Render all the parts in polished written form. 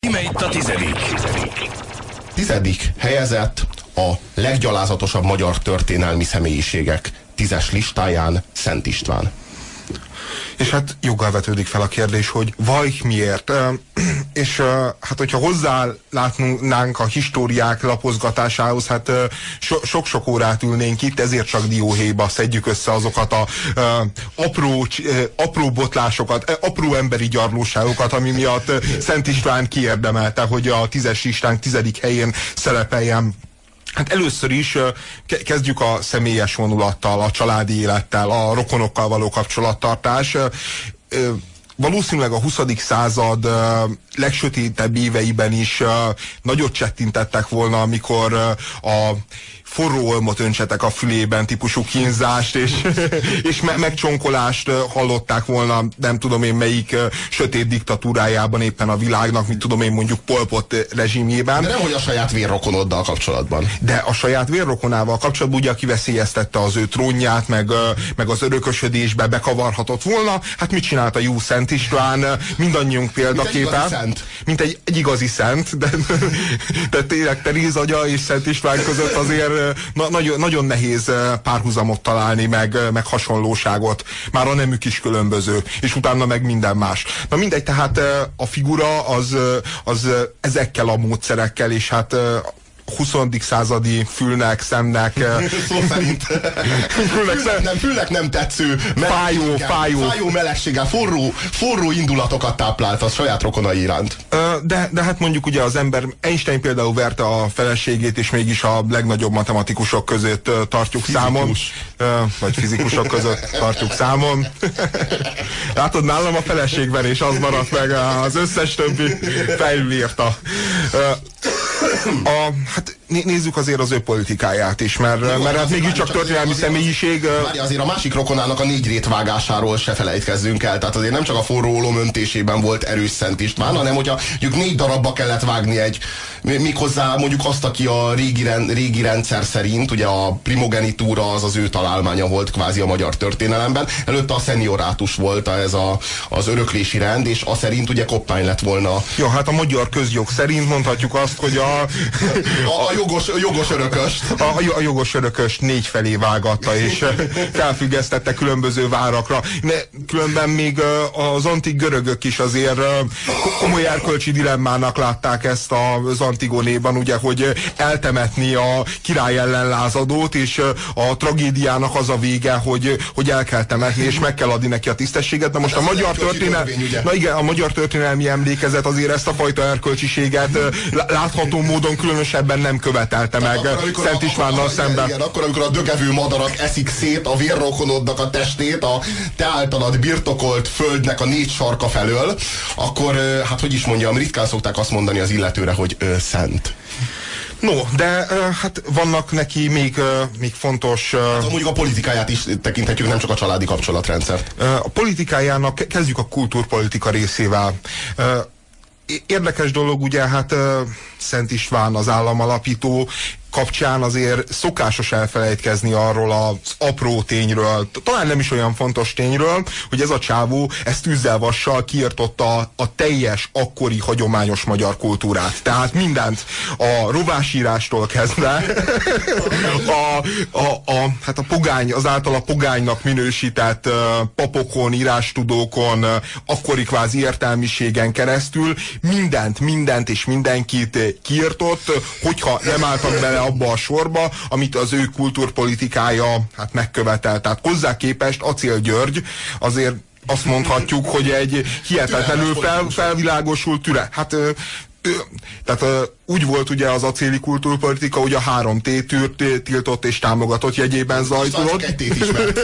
Íme itt a tizedik. Tizedik helyezett a leggyalázatosabb magyar történelmi személyiségek 10-es listáján Szent István. És hát joggal vetődik fel a kérdés, hogy vaj miért? És hát hogyha hozzálátnánk a históriák lapozgatásához, hát sok-sok órát ülnénk itt, ezért csak dióhéjba szedjük össze azokat a apró botlásokat, apró emberi gyarlóságokat, ami miatt Szent István kiérdemelte, hogy a 10-es listánk 10. helyén szerepeljen. Hát először is kezdjük a személyes vonulattal, a családi élettel, a rokonokkal való kapcsolattartás. Valószínűleg a 20. század legsötétebb éveiben is nagyot csettintettek volna, amikor a forró olmot öntsetek a fülében típusú kínzást és megcsonkolást hallották volna, nem tudom én melyik sötét diktatúrájában éppen a világnak, mint tudom én mondjuk Pol Pot rezsimjében. De nem, hogy a saját vérrokonoddal kapcsolatban. De a saját vérrokonával kapcsolatban, ugye, aki veszélyeztette az ő trónját, meg az örökösödésbe bekavarhatott volna, hát mit csinált a jó Szent István? Mindannyiunk példaképe. Mint egy igazi szent, de tényleg Teréz agya és Szent István között azért nagyon nehéz párhuzamot találni, meg hasonlóságot. Már a nemük is különböző, és utána meg minden más. Na mindegy, tehát a figura az ezekkel a módszerekkel, és hát 20. századi fülnek, szemnek szó szerint fülnek nem tetsző fájó melegséggel, forró indulatokat táplált a saját rokonai iránt. De hát mondjuk ugye az ember, Einstein például verte a feleségét, és mégis a legnagyobb matematikusok között tartjuk számon. Vagy fizikusok között tartjuk számon. Látod, nálam a feleségverés az maradt meg, az összes többi felülírta. Hát nézzük azért az ő politikáját is, mert hát mégiscsak történelmi személyiség. Várj, azért a másik rokonának a 4 rétvágásáról se felejtkezzünk el. Tehát azért nem csak a forró ólom öntésében volt erős Szent István, hanem hogyha mondjuk 4 darabba kellett vágni méghozzá mondjuk azt, aki a régi rendszer szerint, ugye a primogenitúra az ő találmánya volt kvázi a magyar történelemben. Előtte a szeniorátus volt az öröklési rend, és az szerint ugye Koppány lett volna. Ja, hát a magyar közjog szerint mondhatjuk azt, hogy a jogos örököst. A jogos örököst 4 felé vágatta, és felfüggesztette különböző várakra. Különben még az antik görögök is azért komoly erkölcsi dilemmának látták ezt az Antigonéban, ugye, hogy eltemetni a király ellen lázadót, és a tragédiának az a vége, hogy el kell temetni, és meg kell adni neki a tisztességet. De most a magyar történelmi emlékezet azért ezt a fajta erkölcsiséget látható módon különösebben nem követelte meg Szent Istvánnal szemben. Igen, akkor, amikor a dögevő madarak eszik szét a vérrokonodnak a testét a te általad birtokolt földnek a 4 sarka felől, akkor, hát hogy is mondjam, ritkán szokták azt mondani az illetőre, hogy szent. No, de hát vannak neki még fontos... Hát, mondjuk a politikáját is tekinthetjük, nem csak a családi kapcsolatrendszert. A politikájának, kezdjük a kultúrpolitika részével. Érdekes dolog, ugye, hát Szent István az államalapító kapcsán azért szokásos elfelejtkezni arról az apró tényről, talán nem is olyan fontos tényről, hogy ez a csávó ezt tűzzel-vassal kiirtotta a teljes akkori hagyományos magyar kultúrát. Tehát mindent, a rovásírástól kezdve hát a pogány, az általa pogánynak minősített papokon, írástudókon, akkori kvázi értelmiségen keresztül mindent és mindenkit kiirtott, hogyha nem álltak bele abba a sorba, amit az ő kultúrpolitikája hát megkövetel. Tehát hozzá képest Acél György azért azt mondhatjuk, hogy egy hihetetlenül felvilágosult tehát úgy volt ugye az acéli kultúrpolitika, hogy a 3 T-tűrt tiltott és támogatott jegyében zajlott. Csak 1 T-t ismert.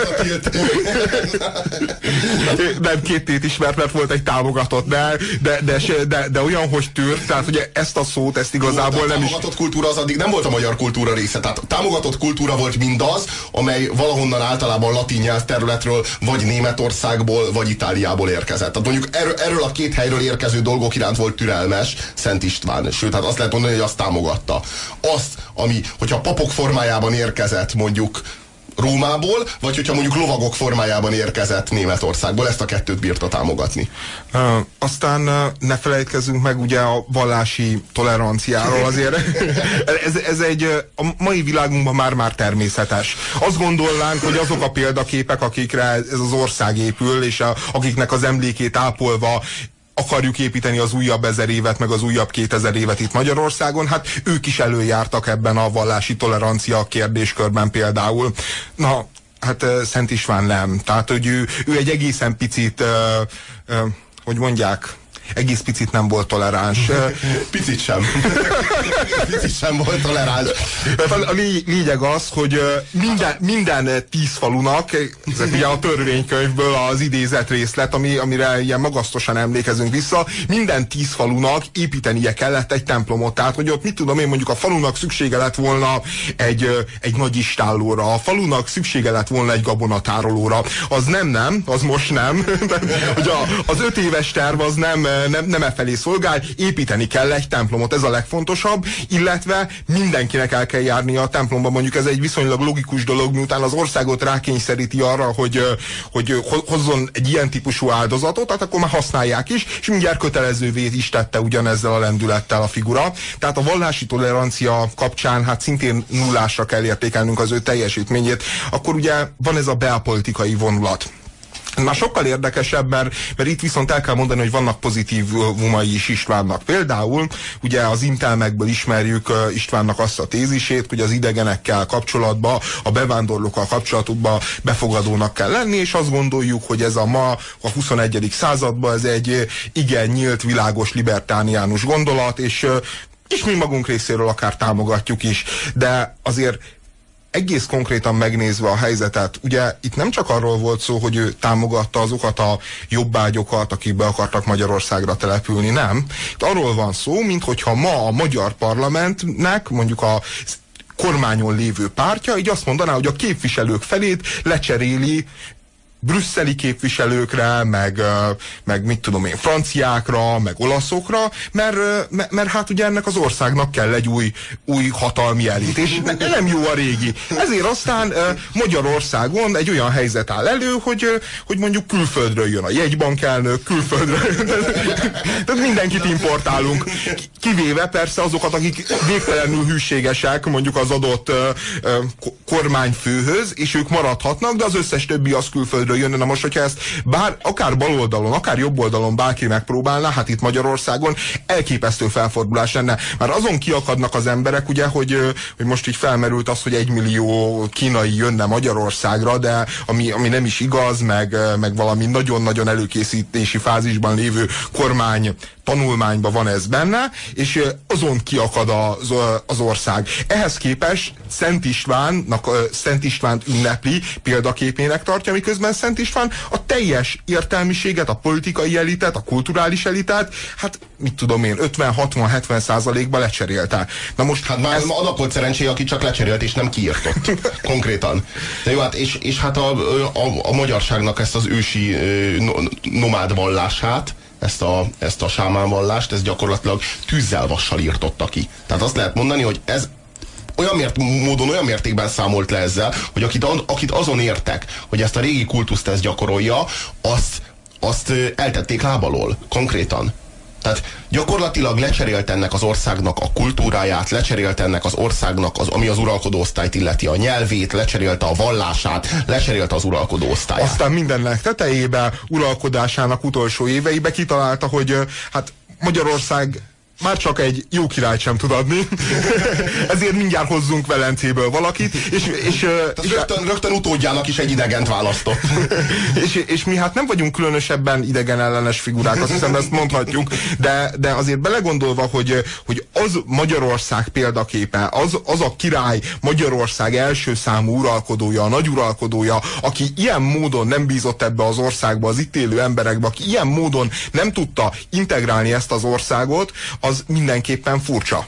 Nem 2 T-t ismert, mert volt egy támogatott, de olyan, hogy tűrt, tehát ugye ezt a szót, ezt igazából nem is... A támogatott kultúra az addig nem volt a magyar kultúra része. Tehát a támogatott kultúra volt mindaz, amely valahonnan általában latin nyelvterületről, vagy Németországból, vagy Itáliából érkezett. Tehát mondjuk erről a 2 helyről érkező dolgok iránt volt türelmes Szent István. Sőt, hát azt lehet mondani, hogy azt támogatta. Azt, hogyha papok formájában érkezett mondjuk Rómából, vagy hogyha mondjuk lovagok formájában érkezett Németországból, ezt a kettőt bírta támogatni. Aztán ne felejtkezzünk meg ugye a vallási toleranciáról azért. ez a mai világunkban már természetes. Azt gondolnánk, hogy azok a példaképek, akikre ez az ország épül, és akiknek az emlékét ápolva akarjuk építeni az újabb 1000 évet, meg az újabb 2000 évet itt Magyarországon, hát ők is előjártak ebben a vallási tolerancia kérdéskörben például. Na, hát Szent István nem. Tehát, hogy ő egy egészen picit, hogy mondják, egész picit nem volt toleráns. Picit sem. Picit sem volt toleráns. A lényeg az, hogy minden 10 falunak, ez ugye a törvénykönyvből az idézett részlet, amire ilyen magasztosan emlékezünk vissza, minden 10 falunak építenie kellett egy templomot. Tehát, hogy ott mit tudom én, mondjuk a falunak szüksége lett volna egy nagy istállóra, a falunak szüksége lett volna egy gabonatárolóra. Az nem, az most nem. Hogy az 5 éves terv az nem e felé szolgál, építeni kell egy templomot, ez a legfontosabb, illetve mindenkinek el kell járni a templomba. Mondjuk ez egy viszonylag logikus dolog, miután az országot rákényszeríti arra, hogy hozzon egy ilyen típusú áldozatot, tehát akkor már használják is, és mindjárt kötelezővé is tette ugyanezzel a lendülettel a figura. Tehát a vallási tolerancia kapcsán hát szintén nullásra kell értékelnünk az ő teljesítményét. Akkor ugye van ez a belpolitikai vonulat. Már sokkal érdekesebb, mert itt viszont el kell mondani, hogy vannak pozitívumai is Istvánnak. Például ugye az intelmekből ismerjük Istvánnak azt a tézisét, hogy az idegenekkel kapcsolatban, a bevándorlókkal kapcsolatban befogadónak kell lenni, és azt gondoljuk, hogy ez a 21. században ez egy igen nyílt, világos, libertániánus gondolat, és mi magunk részéről akár támogatjuk is, de azért egész konkrétan megnézve a helyzetet, ugye itt nem csak arról volt szó, hogy ő támogatta azokat a jobbágyokat, akik be akartak Magyarországra települni, nem. Itt arról van szó, minthogyha ma a magyar parlamentnek, mondjuk a kormányon lévő pártja, így azt mondaná, hogy a képviselők felét lecseréli brüsszeli képviselőkre, meg mit tudom én, franciákra, meg olaszokra, mert hát ugye ennek az országnak kell egy új hatalmi elit, és nem jó a régi. Ezért aztán Magyarországon egy olyan helyzet áll elő, hogy mondjuk külföldről jön a jegybankelnök, külföldről, tehát mindenkit importálunk, kivéve persze azokat, akik végtelenül hűségesek mondjuk az adott kormányfőhöz, és ők maradhatnak, de az összes többi az külföldről jönne. Na most, hogyha ezt akár baloldalon, akár jobb oldalon bárki megpróbálná, hát itt Magyarországon elképesztő felfordulás lenne. Már azon kiakadnak az emberek, ugye, hogy most így felmerült az, hogy 1 millió kínai jönne Magyarországra, de ami nem is igaz, meg valami nagyon-nagyon előkészítési fázisban lévő kormány tanulmányban van ez benne, és azon kiakad az ország. Ehhez képest Szent Istvánt ünnepli, példaképének tartja, miközben Szent István a teljes értelmiséget, a politikai elitet, a kulturális elitet, hát mit tudom én, 50-60-70%-ba lecserélte. Na most hát már annak volt szerencséje, aki csak lecserélt és nem kiirtott. Konkrétan. De jó, hát és hát a magyarságnak ezt az ősi nomád vallását, ezt a sámánvallást, ez gyakorlatilag tűzzel vassal írtotta ki. Tehát azt lehet mondani, hogy ez olyan mértékben számolt le ezzel, hogy akit azon értek, hogy ezt a régi kultuszt ezt gyakorolja, azt eltették lábalól, konkrétan. Tehát gyakorlatilag lecserélt ennek az országnak a kultúráját, lecserélt ennek az országnak, ami az uralkodó osztályt illeti, a nyelvét, lecserélte a vallását, lecserélte az uralkodó osztályát. Aztán mindennek tetejébe, uralkodásának utolsó éveibe kitalálta, hogy hát Magyarország már csak egy jó királyt sem tud adni. Ezért mindjárt hozzunk Velencéből valakit. És rögtön utódjának is egy idegent választott. és mi hát nem vagyunk különösebben idegen ellenes figurák, azt hiszem, ezt mondhatjuk, de azért belegondolva, hogy az Magyarország példaképe, az a király Magyarország első számú uralkodója, a nagy uralkodója, aki ilyen módon nem bízott ebbe az országba, az itt élő emberekbe, aki ilyen módon nem tudta integrálni ezt az országot, az mindenképpen furcsa.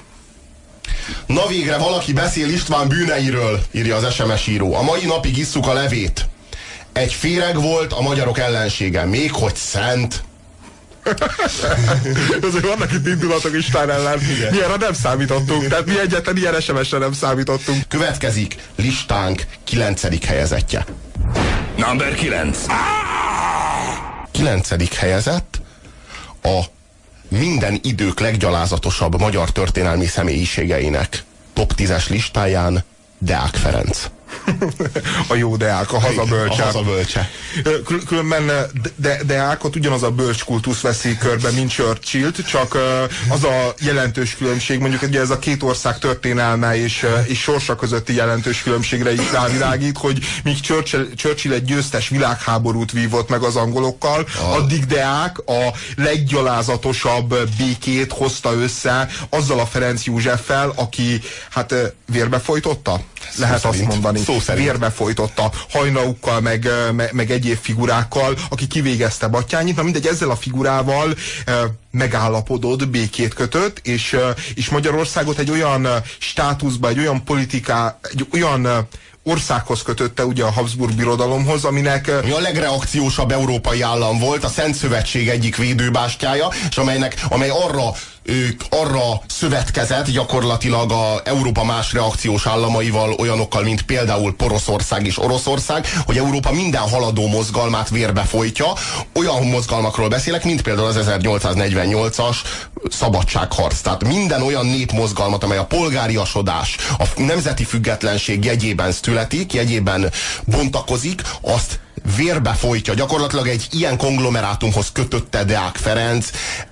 Na végre valaki beszél István bűneiről, írja az SMS író. A mai napig isszuk a levét. Egy féreg volt a magyarok ellensége, még hogy szent. Azért vannak itt indulatok István ellen. Ilyenre nem számítottunk. Tehát mi egyetlen ilyen SMS-re nem számítottunk. Következik listánk 9. helyezettje. Number 9. 9. helyezett a minden idők leggyalázatosabb magyar történelmi személyiségeinek top 10-es listáján Deák Ferenc. A jó Deák, a hazabölcse. A hazabölcse. Különben Deákot ugyanaz a bölcskultusz veszi körbe, mint Churchillt, csak az a jelentős különbség, mondjuk ugye ez a két ország történelme és sorsa közötti jelentős különbségre is rávilágít, hogy míg Churchill egy győztes világháborút vívott meg az angolokkal, addig Deák a leggyalázatosabb békét hozta össze azzal a Ferenc Józseffel, aki hát vérbe folytotta? Lehet azt mondani. Vérbe folytotta Hajnaukkal, meg egyéb figurákkal, aki kivégezte Batthyányit. Na mindegy, ezzel a figurával megállapodott, békét kötött, és Magyarországot egy olyan státuszba, egy olyan országhoz kötötte, ugye a Habsburg Birodalomhoz, aminek... Mi a legreakciósabb európai állam volt, a Szent Szövetség egyik védőbástyája, és amely arra szövetkezett gyakorlatilag a Európa más reakciós államaival, olyanokkal, mint például Poroszország és Oroszország, hogy Európa minden haladó mozgalmát vérbe folytja. Olyan mozgalmakról beszélek, mint például az 1848-as szabadságharc. Tehát minden olyan népmozgalmat, amely a polgáriasodás, a nemzeti függetlenség jegyében születik, jegyében bontakozik, azt vérbe folytja. Gyakorlatilag egy ilyen konglomerátumhoz kötötte Deák Ferenc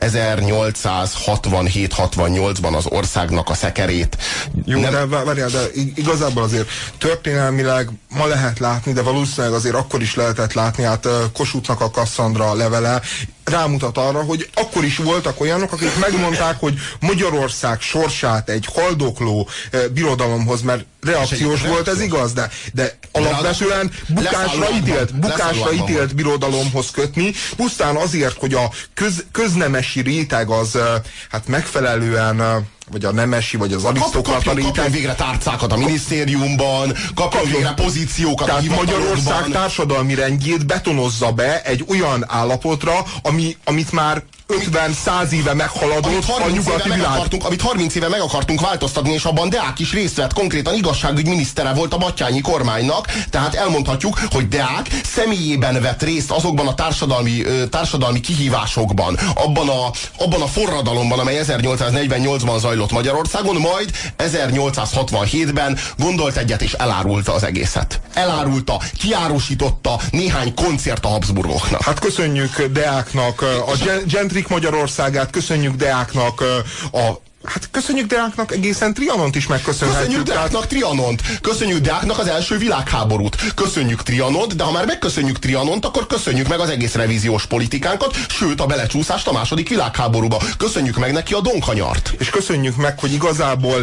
1867-68-ban az országnak a szekerét. Jó, de várjál, de igazából azért történelmileg ma lehet látni, de valószínűleg azért akkor is lehetett látni, hát Kossuthnak a Kasszandra levele rámutat arra, hogy akkor is voltak olyanok, akik megmondták, hogy Magyarország sorsát egy haldokló birodalomhoz, mert reakciós volt, ez igaz, de alapvetően bukásra ítélt birodalomhoz kötni, pusztán azért, hogy a köznemesi réteg az hát megfelelően, vagy a nemesi, vagy az arisztokrata réteg. Kapjon végre tárcákat a minisztériumban, kapjon végre pozíciókat a hivatalokban. Magyarország társadalmi rendjét betonozza be egy olyan állapotra, amit már 50-100 éve meghaladott a nyugati világ. Amit 30 éve meg akartunk változtatni, és abban Deák is részt vett, konkrétan igazságügy minisztere volt a Batthyányi kormánynak, tehát elmondhatjuk, hogy Deák személyében vett részt azokban a társadalmi kihívásokban, abban a forradalomban, amely 1848-ban zajlott Magyarországon, majd 1867-ben gondolt egyet és elárulta az egészet. Elárulta, kiárusította néhány koncert a Habsburgoknak. Hát köszönjük Deáknak a gentrik Magyarországát, köszönjük Deáknak köszönjük Deáknak egészen Trianont is megköszönhetjük. Köszönjük Deáknak Trianont, köszönjük Deáknak az első világháborút, köszönjük Trianont, de ha már megköszönjük Trianont, akkor köszönjük meg az egész revíziós politikánkat, sőt a belecsúszást a második világháborúba. Köszönjük meg neki a Donkanyart. És köszönjük meg, hogy igazából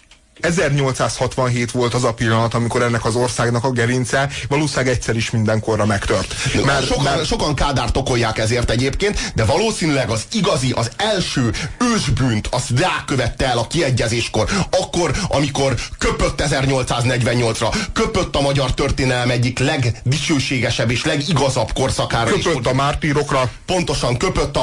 1867 volt az a pillanat, amikor ennek az országnak a gerince valószínűleg egyszer is mindenkorra megtört. Sokan Kádárt okolják ezért egyébként, de valószínűleg az igazi, az első ősbűnt azt Deák követte el a kiegyezéskor, akkor, amikor köpött 1848-ra, köpött a magyar történelem egyik legdicsőségesebb és legigazabb korszakára. Köpött a mártírokra. Pontosan, köpött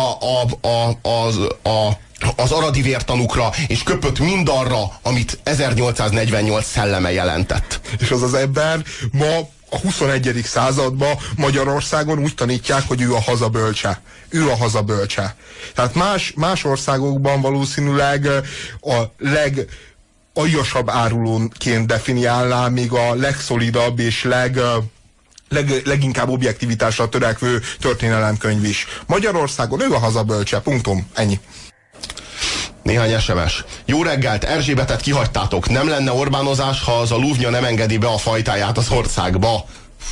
az aradi vértanúkra, és köpött mindarra, amit 1848 szelleme jelentett. És az ember ma a 21. században Magyarországon úgy tanítják, hogy ő a hazabölcse. Ő a hazabölcse. Tehát más országokban valószínűleg a legaljasabb árulónként definiálná, még a legszolidabb és leginkább objektivitásra törekvő történelemkönyv is. Magyarországon ő a hazabölcse. Punktum. Ennyi. Néhány SMS. Jó reggelt, Erzsébetet kihagytátok. Nem lenne Orbánozás, ha az a lúvnya nem engedi be a fajtáját az országba?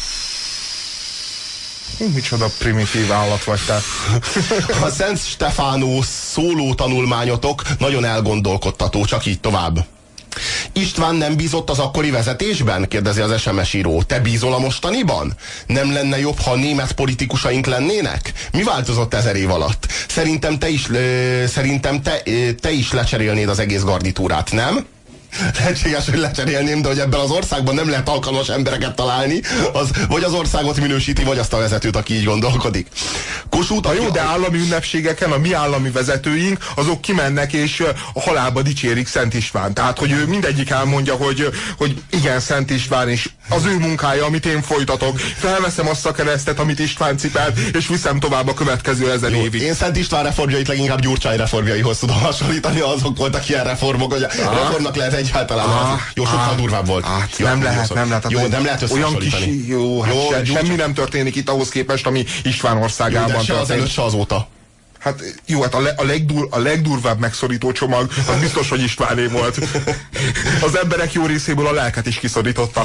Micsoda primitív állat vagy te. A Szent Stefánó szóló tanulmányotok nagyon elgondolkodtató, csak így tovább. István nem bízott az akkori vezetésben? Kérdezi az SMS író. Te bízol a mostaniban? Nem lenne jobb, ha német politikusaink lennének? Mi változott 1000 év alatt? Szerintem te is lecserélnéd az egész garnitúrát, nem? lehetséges, hogy lecserélném, de hogy ebben az országban nem lehet alkalmas embereket találni, az vagy az országot minősíti, vagy azt a vezetőt, aki így gondolkodik. Kossuth, Jó, de állami ünnepségeken a mi állami vezetőink, azok kimennek és a halálba dicsérik Szent István. Tehát, hogy ő mindegyik elmondja, hogy igen, Szent István, és az ő munkája, amit én folytatok. Felveszem azt a keresztet, amit István cipelt, és viszem tovább a következő 1000 évig. Én Szent István reformjait leginkább Gyurcsány reformjaihoz tudom hasonlítani, azok voltak ilyen reformok, hogy a reformnak lehet egyáltalán. Jó, sokkal durvább volt. Jó, nem lehet. Jó, nem lehet összehasonlítani. Semmi nem történik itt ahhoz képest, ami István országában történt. Se az előtt, se azóta. Hát jó, hát a legdurvább megszorító csomag, az biztos, hogy Istváné volt. Az emberek jó részéből a lelket is kiszorította.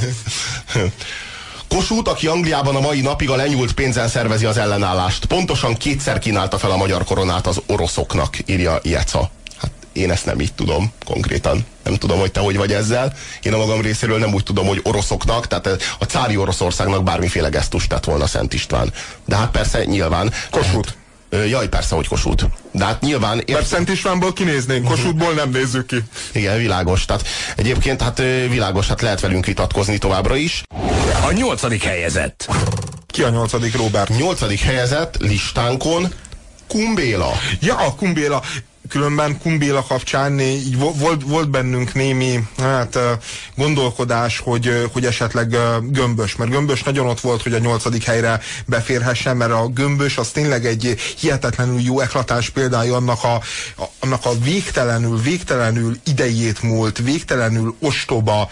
Kossuth, aki Angliában a mai napig a lenyúlt pénzen szervezi az ellenállást. Pontosan 2-szer kínálta fel a magyar koronát az oroszoknak, írja Jeca. Hát én ezt nem így tudom konkrétan. Nem tudom, hogy te hogy vagy ezzel. Én a magam részéről nem úgy tudom, hogy oroszoknak, tehát a cári Oroszországnak bármiféle gesztust tett volna Szent István. De hát persze nyilván... Kossuth. Jaj, persze, hogy Kossuth. De hát nyilván... Mert Szent Istvánból kinéznénk, Kossuthból nem nézzük ki. Igen, világos. Tehát egyébként hát világos, hát lehet velünk vitatkozni továbbra is. A 8. helyezett. Ki a 8. Róbert? 8. helyezett listánkon Kumbéla. Ja, Kumbéla. Különben Kumbéla kapcsán így volt bennünk némi gondolkodás, hogy esetleg Gömbös, mert Gömbös nagyon ott volt, hogy a 8. helyre beférhessen, mert a Gömbös az tényleg egy hihetetlenül jó eklatáns példája annak a végtelenül idejét múlt, végtelenül ostoba,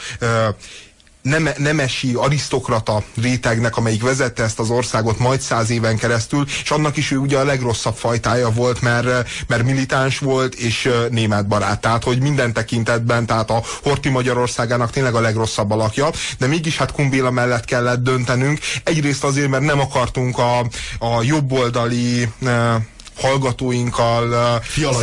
nemesi arisztokrata rétegnek, amelyik vezette ezt az országot majd 100 éven keresztül, és annak is ő ugye a legrosszabb fajtája volt, mert militáns volt, és német barát. Tehát, hogy minden tekintetben, tehát a Horthy Magyarországának tényleg a legrosszabb alakja, de mégis hát Kumbéla mellett kellett döntenünk. Egyrészt azért, mert nem akartunk a jobboldali hallgatóinkkal,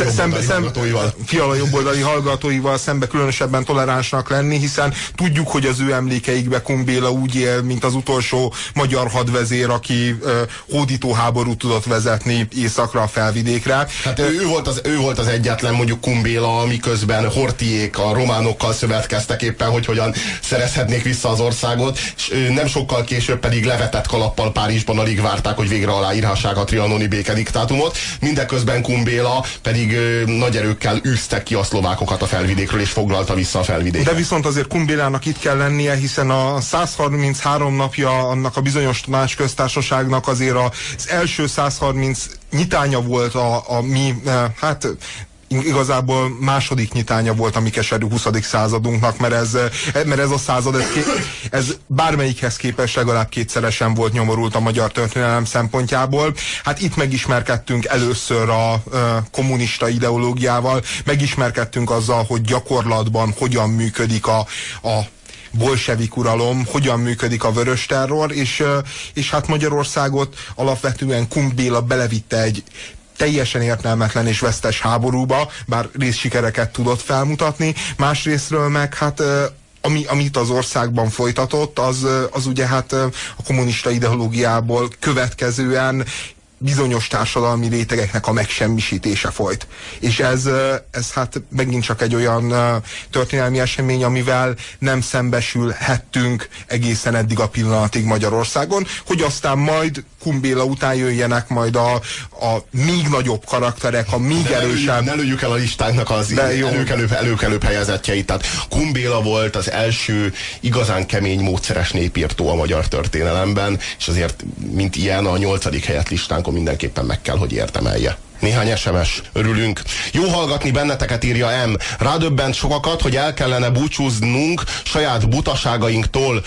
Fiala jobboldali hallgatóival szembe különösebben toleránsnak lenni, hiszen tudjuk, hogy az ő emlékeikbe Kumbéla úgy él, mint az utolsó magyar hadvezér, aki hódító háborút tudott vezetni északra, a felvidékre. Hát ő volt az egyetlen, mondjuk Kumbéla, miközben Horthyék a románokkal szövetkeztek éppen, hogy hogyan szerezhetnék vissza az országot, és nem sokkal később pedig levetett kalappal Párizsban alig várták, hogy végre aláírhassák a trianoni békediktátumot. Mindeközben Kumbéla pedig nagy erőkkel űztek ki a szlovákokat a felvidékről, és foglalta vissza a felvidéket. De viszont azért Kumbélának itt kell lennie, hiszen a 133 napja annak a bizonyos tanácsköztársaságnak azért az első 130 nyitánya volt a mi, hát igazából második nyitánya volt a mi keserű 20. századunknak, mert ez a század, ez bármelyikhez képest legalább kétszeresen volt nyomorult a magyar történelem szempontjából. Hát itt megismerkedtünk először a kommunista ideológiával, megismerkedtünk azzal, hogy gyakorlatban hogyan működik a bolsevik uralom, hogyan működik a vörös terror, és hát Magyarországot alapvetően Kumbéla belevitte egy teljesen értelmetlen és vesztes háborúba, bár részsikereket tudott felmutatni, másrésztről meg hát amit az országban folytatott, az ugye hát a kommunista ideológiából következően bizonyos társadalmi rétegeknek a megsemmisítése folyt. És ez hát megint csak egy olyan történelmi esemény, amivel nem szembesülhettünk egészen eddig a pillanatig Magyarországon, hogy aztán majd Kumbéla után jöjjenek majd a még nagyobb karakterek, a még erősebb... Ne lőjük el a listánknak az előkelőbb helyezettjeit. Tehát Kumbéla volt az első igazán kemény, módszeres népírtó a magyar történelemben, és azért, mint ilyen, a 8. helyet listánkon mindenképpen meg kell, hogy érdemelje. Néhány SMS. Örülünk. Jó hallgatni benneteket, írja M. Rádöbbent sokakat, hogy el kellene búcsúznunk saját butaságainktól,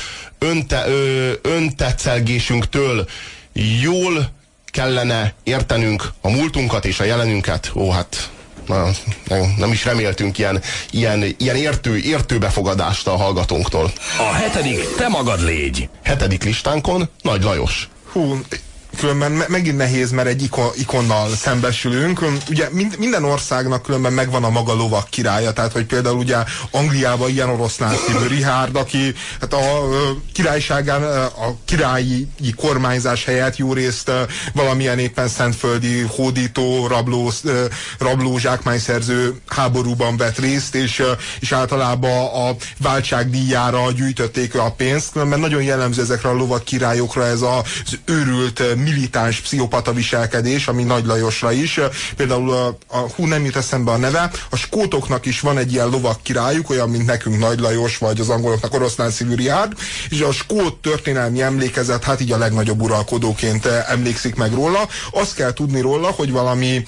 öntetszelgésünktől. Jól kellene értenünk a múltunkat és a jelenünket. Ó, hát nem is reméltünk ilyen értő befogadást a hallgatónktól. A 7. te magad légy. 7. listánkon Nagy Lajos. Hú, különben megint nehéz, mert egy ikonnal szembesülünk. Ugye minden országnak különben megvan a maga lovak királya, tehát hogy például ugye Angliában ilyen oroszlán szívű Richard, aki hát a királyságán a királyi kormányzás helyett jó részt valamilyen éppen szentföldi hódító, rabló zsákmányszerző háborúban vett részt, és általában a váltságdíjára gyűjtötték a pénzt, különben nagyon jellemző ezekre a lovak királyokra ez az őrült, militáns pszichopata viselkedés, ami Nagy Lajosra is. Például nem jut eszembe a neve, a skótoknak is van egy ilyen lovak királyuk, olyan, mint nekünk Nagy Lajos, vagy az angoloknak oroszlán szívű Richard, és a skót történelmi emlékezet, hát így a legnagyobb uralkodóként emlékszik meg róla. Azt kell tudni róla, hogy valami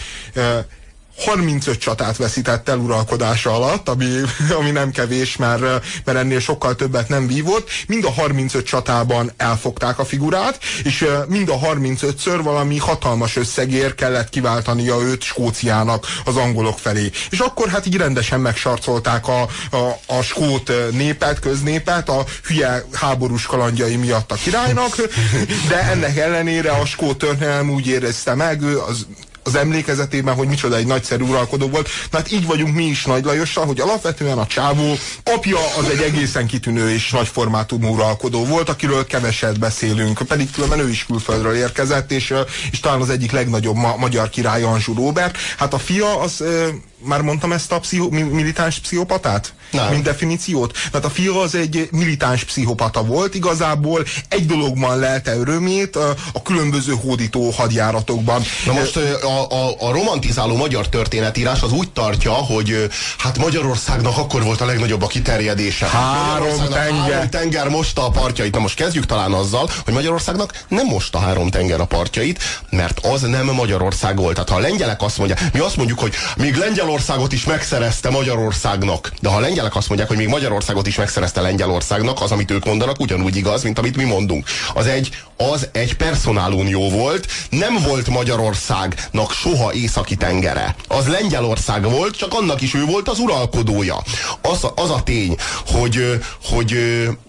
35 csatát veszített el uralkodása alatt, ami nem kevés, mert ennél sokkal többet nem vívott. Mind a 35 csatában elfogták a figurát, és mind a 35-ször valami hatalmas összegért kellett kiváltania őt Skóciának az angolok felé. És akkor hát így rendesen megsarcolták a skót népet, köznépet a hülye háborús kalandjai miatt a királynak, de ennek ellenére a skót történelem úgy érezte meg, az emlékezetében, hogy micsoda egy nagyszerű uralkodó volt. Na hát így vagyunk mi is Nagy Lajossal, hogy alapvetően a csávó apja az egy egészen kitűnő és nagy formátumú uralkodó volt, akiről keveset beszélünk, pedig különben ő is külföldről érkezett, és talán az egyik legnagyobb magyar király Anjou Róbert. Hát a fia az... Már mondtam ezt a militáns pszichopatát? Nem. Mint definíciót? Mert a fia az egy militáns pszichopata volt, igazából egy dologban lelte örömét a különböző hódító hadjáratokban. Na most a romantizáló magyar történetírás az úgy tartja, hogy hát Magyarországnak akkor volt a legnagyobb a kiterjedése. Három tenger mosta a partjait. Na most kezdjük talán azzal, hogy Magyarországnak nem mosta 3 tenger a partjait, mert az nem Magyarország volt. Tehát ha a lengyelek azt mondják, mi azt mondjuk, hogy még Lengyelországot is megszerezte Magyarországnak. De ha a lengyelek azt mondják, hogy még Magyarországot is megszerezte Lengyelországnak, az, amit ők mondanak, ugyanúgy igaz, mint amit mi mondunk. Az egy personálunió volt, nem volt Magyarországnak soha északi tengere. Az Lengyelország volt, csak annak is ő volt az uralkodója. Az a tény, hogy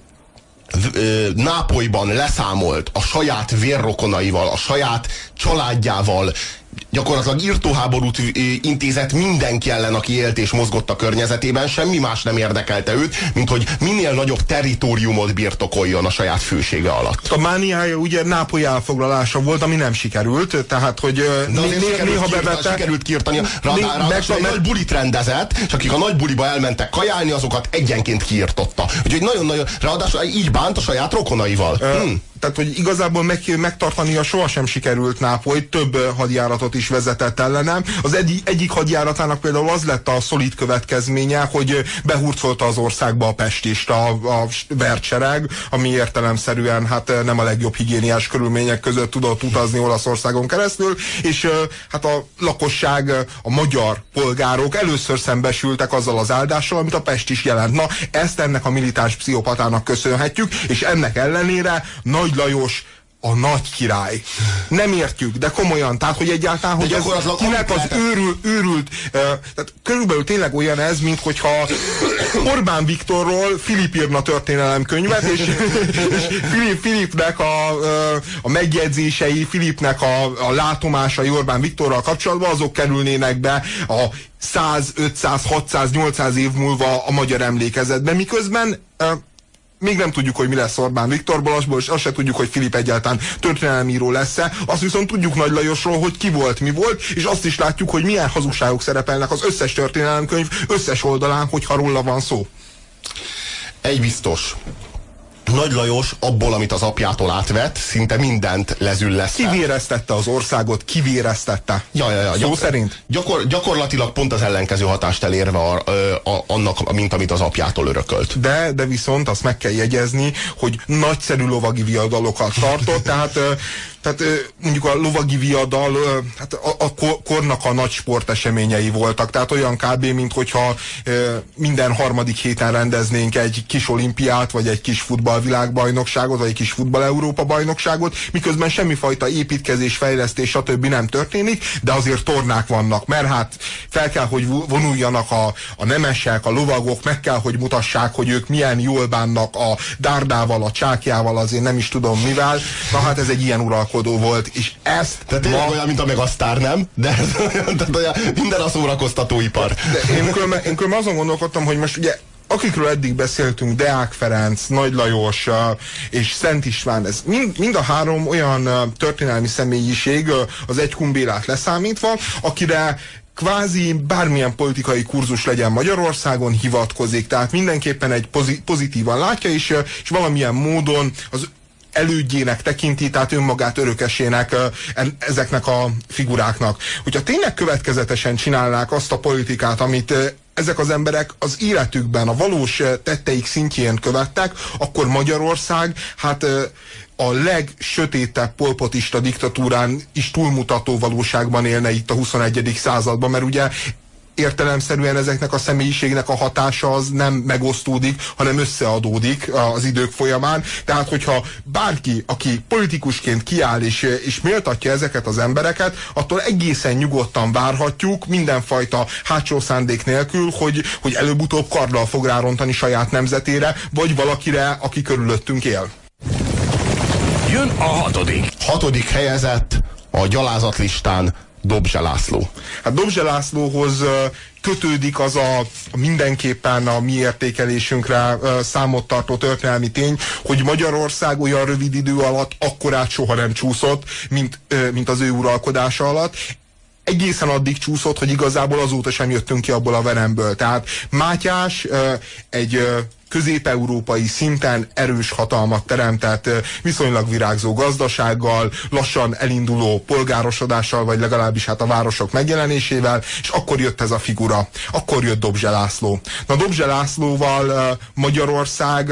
Nápolyban leszámolt a saját vérrokonaival, a saját családjával, gyakorlatilag írtóháborút intézett mindenki ellen, aki élt és mozgott a környezetében, semmi más nem érdekelte őt, mint hogy minél nagyobb territóriumot birtokoljon a saját fősége alatt. A mániája ugye Nápoly elfoglalása volt, ami nem sikerült, tehát hogy néha bevette... Sikerült kiirtani, ráadásul egy nagy bulit rendezett, és akik a nagy buliba elmentek kajálni, azokat egyenként kiirtotta. Úgyhogy nagyon-nagyon, ráadásul így bánt a saját rokonaival. Tehát, hogy igazából megtartania sohasem sikerült Nápolyt, több hadjáratot is vezetett ellenem. Az egyik hadjáratának például az lett a szolid következménye, hogy behurcolta az országba a pestist, a vertsereg, ami értelemszerűen hát nem a legjobb higiéniás körülmények között tudott utazni Olaszországon keresztül, és hát a lakosság, a magyar polgárok először szembesültek azzal az áldással, amit a Pest is jelent. Na, ezt ennek a militáns pszichopatának köszönhetjük, és ennek ellenére Nagy Lajos a nagy király. Nem értjük, de komolyan, tehát hogy egyáltalán, hogy ez kinek az őrült, tehát körülbelül tényleg olyan ez, mint hogyha Orbán Viktorról Filip írna történelemkönyvet, és Filipnek a megjegyzései, Filipnek a látomásai Orbán Viktorral kapcsolatban, azok kerülnének be a 100, 500, 600, 800 év múlva a magyar emlékezetben, miközben még nem tudjuk, hogy mi lesz Orbán Viktorból, és azt se tudjuk, hogy Filip egyáltalán történelemíró lesz-e. Azt viszont tudjuk Nagy Lajosról, hogy ki volt, mi volt, és azt is látjuk, hogy milyen hazugságok szerepelnek az összes történelemkönyv összes oldalán, hogyha róla van szó. Egy biztos. Nagy Lajos abból, amit az apjától átvett, szinte mindent lezüllesztett. Kivéreztette az országot, kivéreztette. Szó szerint? Gyakorlatilag pont az ellenkező hatást elérve annak, mint amit az apjától örökölt. De viszont azt meg kell jegyezni, hogy nagyszerű lovagi viadalokat tartott, tehát mondjuk a lovagi viadal hát a kornak a nagy sporteseményei voltak, tehát olyan kb. Mint hogyha minden harmadik héten rendeznénk egy kis olimpiát, vagy egy kis futballvilágbajnokságot, vagy egy kis futball-Európa-bajnokságot, miközben semmifajta építkezés, fejlesztés, stb. Nem történik, de azért tornák vannak, mert hát fel kell, hogy vonuljanak a nemesek, a lovagok, meg kell, hogy mutassák, hogy ők milyen jól bánnak a dárdával, a csákjával, azért nem is tudom mivel. Na hát ez egy ilyen uralkodó uralkodó volt, és ezt tehát tényleg olyan, mint a Megasztár, nem? De tehát olyan, minden a szórakoztatóipar. De én különben azon gondolkodtam, hogy most ugye akikről eddig beszéltünk, Deák Ferenc, Nagy Lajos és Szent István, ez mind a három olyan történelmi személyiség, az Egykun Bélát leszámítva, akire kvázi bármilyen politikai kurzus legyen Magyarországon, hivatkozik, tehát mindenképpen egy pozitívan látja, és valamilyen módon az elődjének tekinti, tehát önmagát örökesének ezeknek a figuráknak. Hogyha tényleg következetesen csinálnák azt a politikát, amit ezek az emberek az életükben, a valós tetteik szintjén követtek, akkor Magyarország, hát a legsötétebb polpotista diktatúrán is túlmutató valóságban élne itt a 21. században, mert ugye értelemszerűen ezeknek a személyiségnek a hatása az nem megosztódik, hanem összeadódik az idők folyamán. Tehát, hogyha bárki, aki politikusként kiáll és méltatja ezeket az embereket, attól egészen nyugodtan várhatjuk, mindenfajta hátsó szándék nélkül, hogy előbb-utóbb karddal fog rárontani saját nemzetére, vagy valakire, aki körülöttünk él. Jön a hatodik helyezett a gyalázatlistán Dobzse László. Hát Dobzse Lászlóhoz kötődik az a mindenképpen a mi értékelésünkre számot tartó történelmi tény, hogy Magyarország olyan rövid idő alatt akkorát soha nem csúszott, mint az ő uralkodása alatt. Egészen addig csúszott, hogy igazából azóta sem jöttünk ki abból a veremből. Tehát Mátyás egy közép-európai szinten erős hatalmat teremtett, viszonylag virágzó gazdasággal, lassan elinduló polgárosodással, vagy legalábbis hát a városok megjelenésével, és akkor jött ez a figura. Akkor jött Dobzse László. Na, Dobzse Lászlóval Magyarország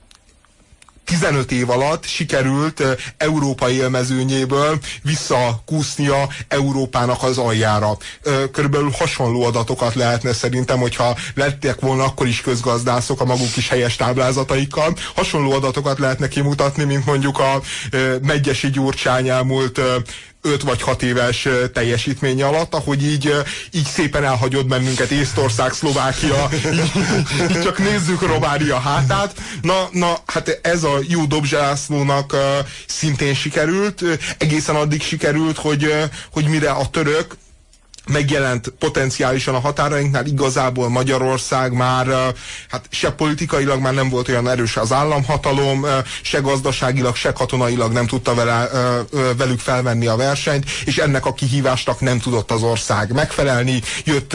15 év alatt sikerült európai élmezőnyéből visszakúsznia Európának az aljára. Körülbelül hasonló adatokat lehetne szerintem, hogyha lettek volna akkor is közgazdászok a maguk is helyes táblázataikkal, hasonló adatokat lehetne kimutatni, mint mondjuk a Medgyessy Gyurcsány elmúlt 5 vagy 6 éves teljesítménye alatt, ahogy így szépen elhagyott bennünket Észtország, Szlovákia, így csak nézzük Románia hátát. Na, hát ez a jó Dobzse Lászlónak szintén sikerült, egészen addig sikerült, hogy mire a török megjelent potenciálisan a határainknál, igazából Magyarország már hát se politikailag már nem volt olyan erős az államhatalom, se gazdaságilag, se katonailag nem tudta velük felvenni a versenyt, és ennek a kihívásnak nem tudott az ország megfelelni. Jött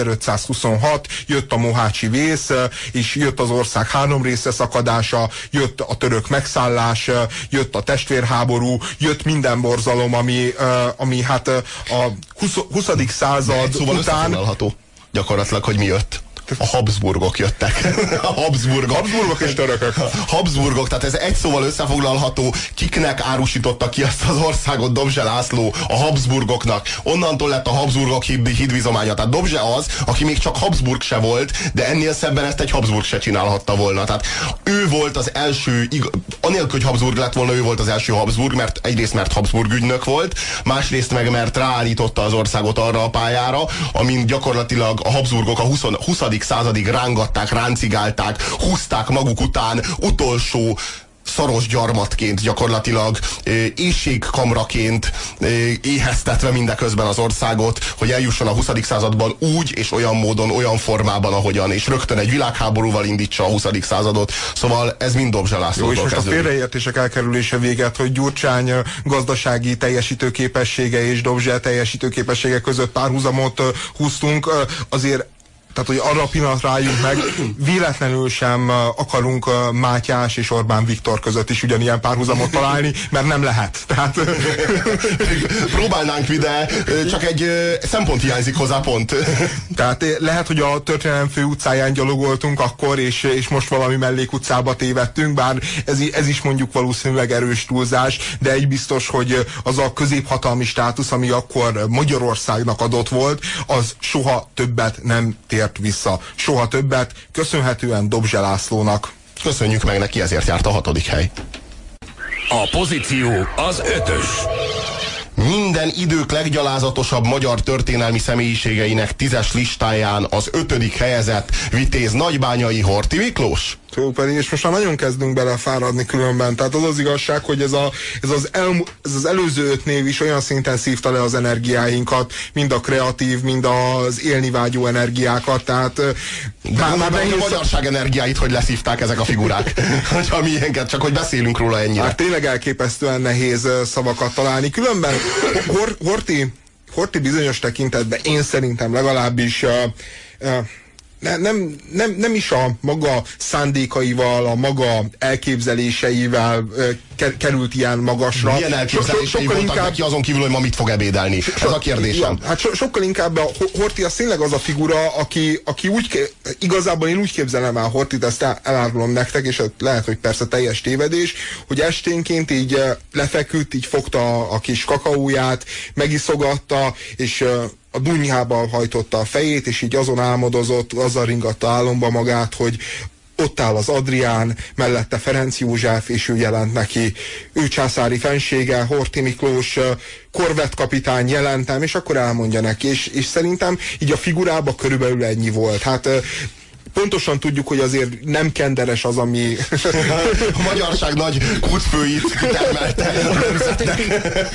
1526, jött a mohácsi vész, és jött az ország 3 részre szakadása, jött a török megszállás, jött a testvérháború, jött minden borzalom, ami hát a 20. század szóval után gyakorlatilag, hogy mi jött. A Habsburgok jöttek. A Habsburgok és törökök. Habsburgok, tehát ez egy szóval összefoglalható, kiknek árusította ki azt az országot Dobzse László? A Habsburgoknak. Onnantól lett a Habsburgok hídvizománya. Tehát Dobzse az, aki még csak Habsburg se volt, de ennél szebben ezt egy Habsburg se csinálhatta volna. Tehát ő volt az első, anélkül, hogy Habsburg lett volna, ő volt az első Habsburg, mert egyrészt mert Habsburg ügynök volt, másrészt meg mert ráállította az országot arra a pályára, amin gyakorlatilag a Habsburgok a 20. századig rángatták, ráncigálták, húzták maguk után utolsó szaros gyarmatként, gyakorlatilag éhségkamraként éheztetve mindeközben az országot, hogy eljusson a 20. században úgy és olyan módon, olyan formában, ahogyan, és rögtön egy világháborúval indítsa a 20. századot. Szóval ez mind Dobzse Lászlótól kezdődik. És most a félreértések elkerülése véget, hogy Gyurcsány gazdasági teljesítőképessége és Dobzse teljesítőképessége között párhuzamot húztunk, azért tehát, hogy arra a pillanatra álljunk meg, véletlenül sem akarunk Mátyás és Orbán Viktor között is ugyanilyen párhuzamot találni, mert nem lehet. Tehát... Próbálnánk ide, csak egy szempont hiányzik hozzá pont. Tehát lehet, hogy a történelem fő utcáján gyalogoltunk akkor, és most valami mellékutcába tévedtünk, bár ez is mondjuk valószínűleg erős túlzás, de egy biztos, hogy az a középhatalmi státusz, ami akkor Magyarországnak adott volt, az soha többet nem tért vissza. Soha többet, köszönhetően Dobzse Lászlónak. Köszönjük meg neki, ezért járt a 6. hely. A pozíció az 5. Minden idők leggyalázatosabb magyar történelmi személyiségeinek 10-es listáján az 5. helyezett Vitéz Nagybányai Horthy Miklós. Pedig, és most már nagyon kezdünk belefáradni különben. Tehát az igazság, hogy ez az előző 5 név is olyan szinten szívta le az energiáinkat, mind a kreatív, mind az élni vágyó energiákat. Tehát már a magyarság energiáit, hogy leszívták ezek a figurák. Hogyha milyenket, csak hogy beszélünk róla ennyire. Hát tényleg elképesztően nehéz szavakat találni. Különben Horthy bizonyos tekintetben én szerintem legalábbis nem is a maga szándékaival, a maga elképzeléseivel került ilyen magasra. Milyen elképzelései voltak neki azon kívül, hogy ma mit fog ebédelni? Ez a kérdésem. Hát sokkal inkább a Horthy az tényleg az a figura, aki igazából én úgy képzelem el Horthyt, ezt elárulom nektek, és lehet, hogy persze teljes tévedés, hogy esténként így lefeküdt, így fogta a kis kakaóját, megiszogatta, és a dunyhába hajtotta a fejét, és így azon álmodozott, azzal ringatta álomba magát, hogy ott áll az Adrián, mellette Ferenc József, és ő jelent neki. Ő császári fensége, Horthy Miklós, korvettkapitány jelentem, és akkor elmondja neki. És szerintem így a figurában körülbelül ennyi volt. Hát pontosan tudjuk, hogy azért nem kenderes az, ami... A magyarság nagy kútfőit termelte a nemzetnek.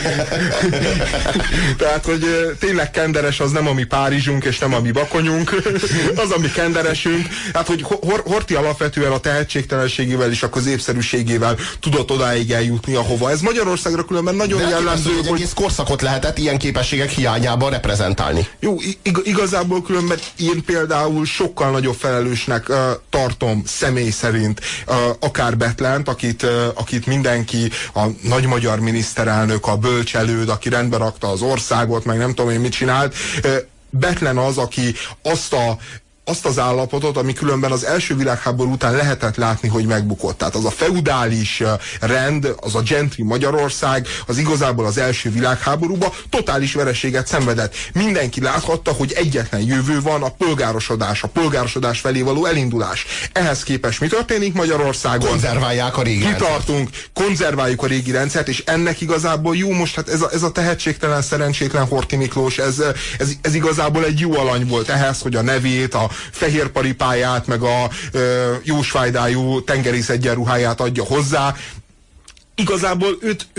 Tehát, hogy tényleg kenderes az nem a mi Párizsunk, és nem a mi Bakonyunk, az, ami kenderesünk. Hát, hogy Horthy alapvetően a tehetségtelenségével és a középszerűségével tudott odáig eljutni, ahova. Ez Magyarországra különben nagyon jellemző, hogy egész korszakot lehetett ilyen képességek hiányában reprezentálni. Jó, igazából különben én például sokkal nagyobb felelősnek tartom személy szerint akár Bethlent, akit mindenki, a nagy magyar miniszterelnök, a bölcselőd, aki rendbe rakta az országot, meg nem tudom én mit csinált. Bethlen az, aki azt az állapotot, ami különben az első világháború után lehetett látni, hogy megbukott. Tehát az a feudális rend, az a gentry Magyarország, az igazából az első világháborúban totális vereséget szenvedett. Mindenki láthatta, hogy egyetlen jövő van, a polgárosodás felé való elindulás. Ehhez képest mi történik Magyarországon? Konzerválják a régi Kitartunk, konzerváljuk a régi rendszert, és ennek igazából jó, most hát ez a tehetségtelen, szerencsétlen Horthy Miklós, ez igazából egy jó alany volt ehhez, hogy a nevét, a fehér paripáját, meg a jósvájdájú tengerészegyenruháját adja hozzá. Igazából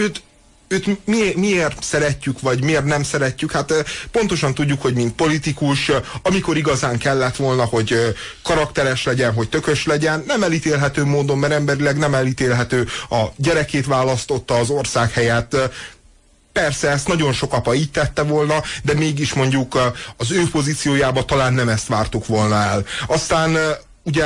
őt miért szeretjük, vagy miért nem szeretjük? Hát pontosan tudjuk, hogy mint politikus, amikor igazán kellett volna, hogy karakteres legyen, hogy tökös legyen, nem elítélhető módon, mert emberileg nem elítélhető, a gyerekét választotta az ország helyett. Persze, ezt nagyon sok apa így tette volna, de mégis mondjuk az ő pozíciójába talán nem ezt vártuk volna el. Aztán ugye,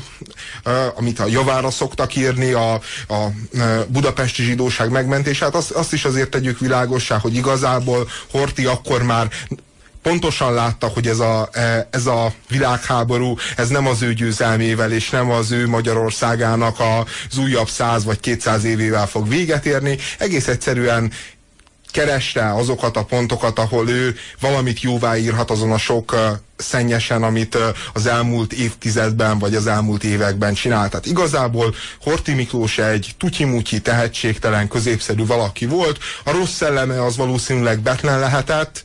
amit a javára szoktak írni, a budapesti zsidóság megmentését, azt is azért tegyük világossá, hogy igazából Horthy akkor már pontosan látta, hogy ez a világháború, ez nem az ő győzelmével, és nem az ő Magyarországának az újabb 100 vagy 200 évével fog véget érni. Egész egyszerűen kereste azokat a pontokat, ahol ő valamit jóváírhat azon a sok szennyesen, amit az elmúlt évtizedben, vagy az elmúlt években csinált. Tehát igazából Horthy Miklós egy tutyimutyi, tehetségtelen, középszerű valaki volt. A rossz szelleme az valószínűleg Bethlen lehetett,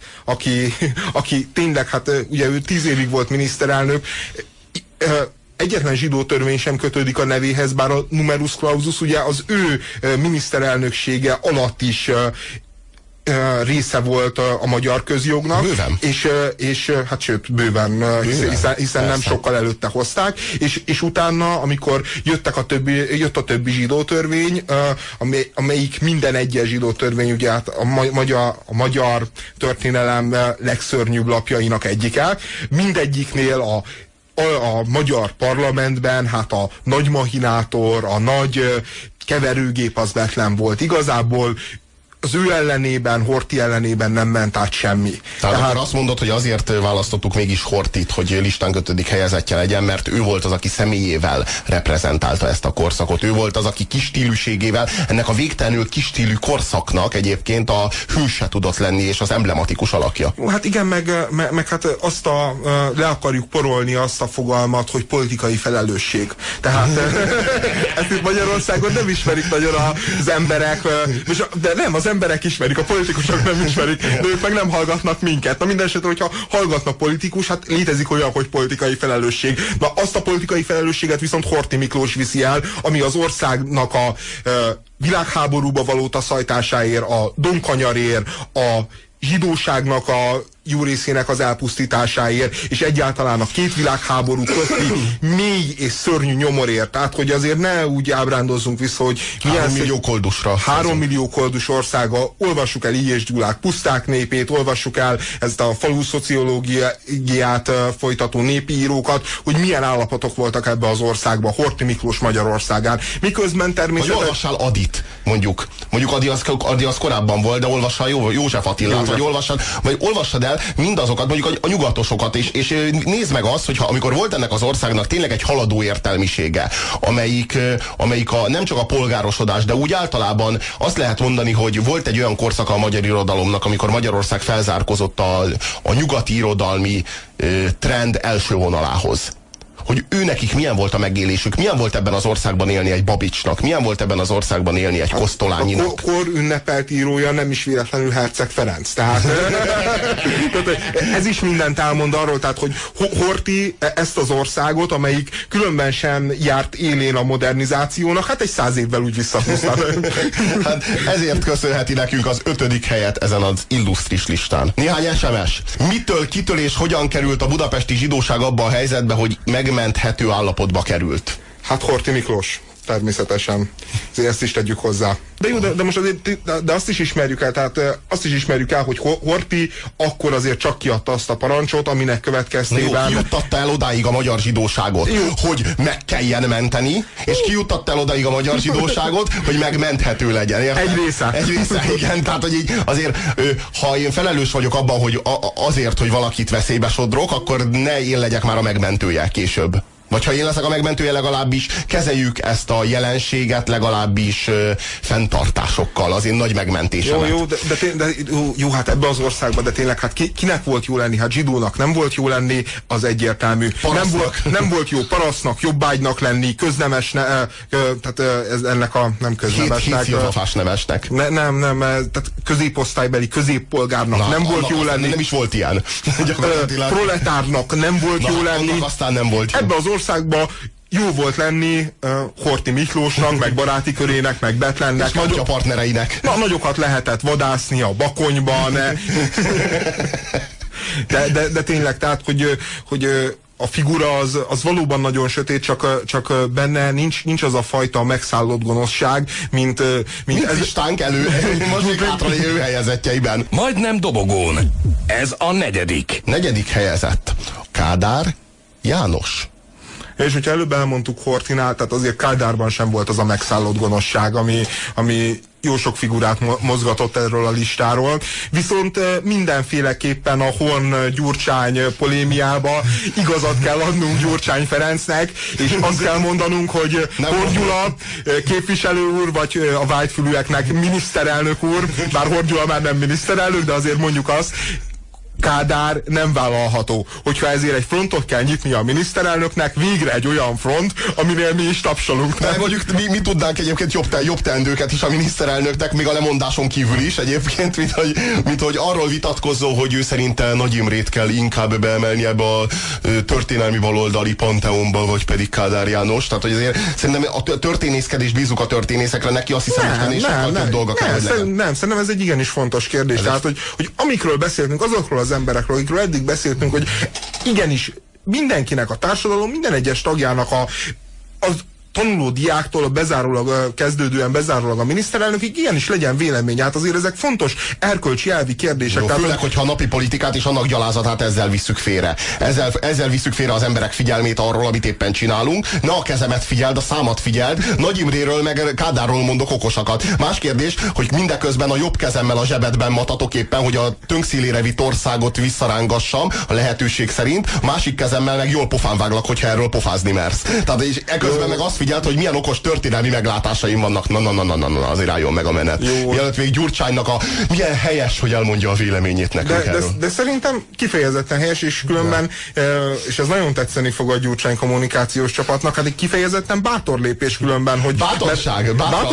aki tényleg, hát ugye ő 10 évig volt miniszterelnök, egyetlen zsidó törvény sem kötődik a nevéhez, bár a numerus clausus ugye az ő miniszterelnöksége alatt is része volt a magyar közjognak. Bőven. És hát sőt, bőven, hiszen nem sokkal előtte hozták, és utána, amikor jött a többi zsidó törvény, amelyik minden egyes zsidó törvény, ugye hát a magyar történelem legszörnyűbb lapjainak egyike, mindegyiknél a magyar parlamentben hát a nagy mahinátor, a nagy keverőgép az Bethlen volt. Igazából az ő ellenében, Horthy ellenében nem ment át semmi. Tehát akkor azt mondod, hogy azért választottuk mégis Horthyt, hogy listán 5. helyezettje legyen, mert ő volt az, aki személyével reprezentálta ezt a korszakot. Ő volt az, aki kis stílűségével, ennek a végtelenül kis stílű korszaknak egyébként a hőse tudott lenni, és az emblematikus alakja. Hát igen, meg hát azt le akarjuk porolni azt a fogalmat, hogy politikai felelősség. Tehát ezt itt Magyarországon nem ismerik nagyon az emberek, de nem, az emberek ismerik, a politikusok nem ismerik, de ők meg nem hallgatnak minket. Na minden esetre, hogyha hallgatnak politikus, hát létezik olyan, hogy politikai felelősség. Na azt a politikai felelősséget viszont Horthy Miklós viszi el, ami az országnak a világháborúba való taszajtásáért, a domkanyarért, a zsidóságnak a jó részének az elpusztításáért, és egyáltalán a két világháború közti mély és szörnyű nyomorért. Tehát, hogy azért ne úgy ábrándozzunk vissza, hogy 3 millió koldusra. 3 millió koldus országa. Olvassuk el Illyés Gyulák Puszták népét, olvassuk el ezt a falu szociológiát folytató népi írókat, hogy milyen állapotok voltak ebbe az országban, Horthy Miklós Magyarországán. Miközben természetesen... Vagy olvassál Adit, mondjuk. Mondjuk Adi az korábban volt, de olvassál József Attilát, vagy olvassad el mindazokat, mondjuk a nyugatosokat, és nézd meg azt, hogy amikor volt ennek az országnak tényleg egy haladó értelmisége, amelyik nem csak a polgárosodás, de úgy általában azt lehet mondani, hogy volt egy olyan korszaka a magyar irodalomnak, amikor Magyarország felzárkozott a nyugati irodalmi trend első vonalához. Hogy nekik milyen volt a megélésük, milyen volt ebben az országban élni egy Babicsnak, milyen volt ebben az országban élni egy Kosztolányinak. A kor ünnepelt írója nem is véletlenül Herceg Ferenc. Tehát ez is mindent elmond arról, tehát, hogy Horthy ezt az országot, amelyik különben sem járt élén a modernizációnak, hát egy 100 évvel úgy visszahúzta. Hát ezért köszönheti nekünk az 5. helyet ezen az illusztris listán. Néhány SMS. Mitől, kitől és hogyan került a budapesti zsidóság abba a helyzetbe, hogy megmenthető állapotba került? Hát Horthy Miklós, természetesen. Ezt is tegyük hozzá. De jó, de most azért, de azt is ismerjük el, tehát azt is ismerjük el, hogy Horthy akkor azért csak kiadta azt a parancsot, aminek következtében... Kijuttatta el odáig a magyar zsidóságot, hogy meg kelljen menteni, és kijuttatta el odáig a magyar zsidóságot, hogy megmenthető legyen. Érted? Egy része, igen. Tehát, hogy így azért, ha én felelős vagyok abban, hogy azért, hogy valakit veszélybe sodrok, akkor ne én legyek már a megmentője később. Vagy ha én leszek a megmentője, legalábbis kezeljük ezt a jelenséget legalábbis fenntartásokkal, az én nagy megmentésemet. Jó, hát ebbe az országban, de tényleg, hát kinek volt jó lenni? Hát zsidónak nem volt jó lenni, az egyértelmű. Nem volt jó parasztnak, jobbágynak lenni, tehát ennek a nem köznemesnek. Filozofás nevesnek. Nem, tehát középosztálybeli középpolgárnak nem volt jó lenni. Nem is volt ilyen. Proletárnak nem volt jó lenni. Aztán nem volt jó. Ebbe az országban jó volt lenni Horthy Miklósnak, meg baráti körének, meg Betlennek. És a partnereinek. Nagyokat lehetett vadászni a Bakonyban. De tényleg, tehát, hogy a figura az valóban nagyon sötét, csak benne nincs az a fajta megszállott gonoszság, mint ez istánk most még hátralévő helyezettjeiben. Majdnem dobogón. Ez a 4. 4. helyezett. Kádár János. És hogyha előbb elmondtuk Horthynál, tehát azért Kádárban sem volt az a megszállott gonoszság, ami jó sok figurát mozgatott erről a listáról. Viszont mindenféleképpen a Horn-Gyurcsány polémiába igazat kell adnunk Gyurcsány Ferencnek, és azt kell mondanunk, hogy Horn Gyula képviselő úr, vagy a vágyfülűeknek miniszterelnök úr, bár Horn Gyula már nem miniszterelnök, de azért mondjuk azt, Kádár nem vállalható. Hogyha ezért egy frontot kell nyitni a miniszterelnöknek, végre egy olyan front, aminél mi is tapsolunk. De mondjuk mi tudnánk egyébként jobb teendőket is a miniszterelnöknek, még a lemondáson kívül is egyébként, mint hogy arról vitatkozzó, hogy ő szerinte Nagy Imrét kell inkább beemelni ebbe a történelmi baloldali panteonba, vagy pedig Kádár János. Tehát, hogy azért szerintem a történészkedés bízunk a történészekre, neki azt hiszem, hogy tenni sokkal több dolga kell, hogy legyen. Nem, szerintem ez egy igenis fontos kérdés. Tehát, hogy amikről beszéltünk, azokról az emberekről, akikről eddig beszéltünk, hogy igenis mindenkinek, a társadalom minden egyes tagjának az tanuló diáktól kezdődően bezárólag a miniszterelnökig igenis legyen vélemény. Hát azért ezek fontos erkölcsi elvi kérdések. Jó, főleg, hogyha a napi politikát és annak gyalázatát ezzel visszük félre. Ezzel visszük félre az emberek figyelmét arról, amit éppen csinálunk. Ne a kezemet figyeld, a számat figyeld. Nagy Imréről meg Kádárról mondok okosakat. Más kérdés, hogy mindeközben a jobb kezemmel a zsebedben matatok éppen, hogy a tönkszélére vitt országot visszarángassam a lehetőség szerint. Másik kezemmel meg jól pofán váglak, hogyha erről pofázni mersz. Tehát és eközben meg azt megfigyelt, hogy milyen okos történelmi meglátásaim vannak. Na, azért álljon meg a menet. Mielőtt még Gyurcsánynak milyen helyes, hogy elmondja a véleményét nekünk de szerintem kifejezetten helyes, és különben, és ez nagyon tetszeni fog a Gyurcsány kommunikációs csapatnak, hát egy kifejezetten bátor lépés különben, hogy... Bátorság.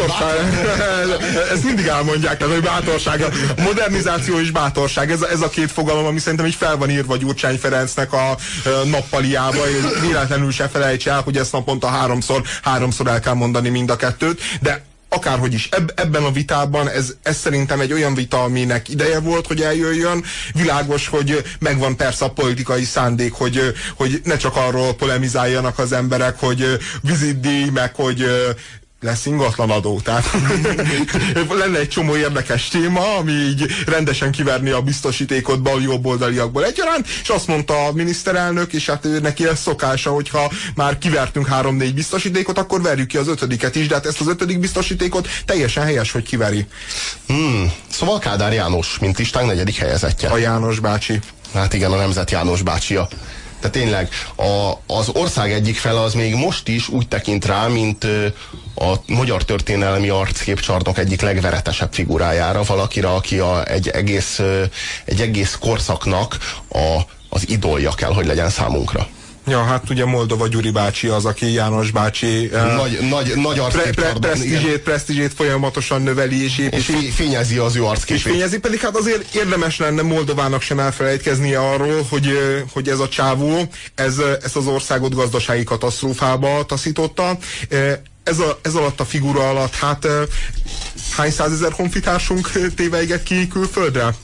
Ezt mindig elmondják, tehát, hogy bátorság. A modernizáció és bátorság, ez a két fogalom, ami szerintem így fel van írva Gyurcsány Ferencnek a nappaliába, és véletlenül se felejts el, hogy ezt naponta háromszor el kell mondani mind a kettőt, de akárhogy is, ebben a vitában ez szerintem egy olyan vita, aminek ideje volt, hogy eljöjjön. Világos, hogy megvan persze a politikai szándék, hogy ne csak arról polemizáljanak az emberek, hogy vizitdíj, meg hogy lesz ingatlanadó. Tehát lenne egy csomó érdekes téma, ami így rendesen kiverni a biztosítékot bal-jobboldaliakból egyaránt, és azt mondta a miniszterelnök, és hát neki ez szokása, hogyha már kivertünk 3-4 biztosítékot, akkor verjük ki az 5-et is, de hát ezt az 5. biztosítékot teljesen helyes, hogy kiveri. Szóval Kádár János, mint listánk 4. helyezettje. A János bácsi. Hát igen, a Nemzet János bácsia. Tehát tényleg az ország egyik fele az még most is úgy tekint rá, mint a magyar történelmi arcképcsarnok egyik legveretesebb figurájára, valakire, aki egy egész korszaknak az idolja kell, hogy legyen számunkra. Ja, hát ugye Moldova Gyuri bácsi az, aki János bácsi nagy presztízsét folyamatosan növeli és fényezi az ő arcképét. És fényezi, pedig hát azért érdemes lenne Moldovának sem elfelejtkeznie arról, hogy ez a csávó, ez az országot gazdasági katasztrófába taszította. Ez alatt a figura alatt, hát hány százezer honfitársunk téveiget ki külföldre?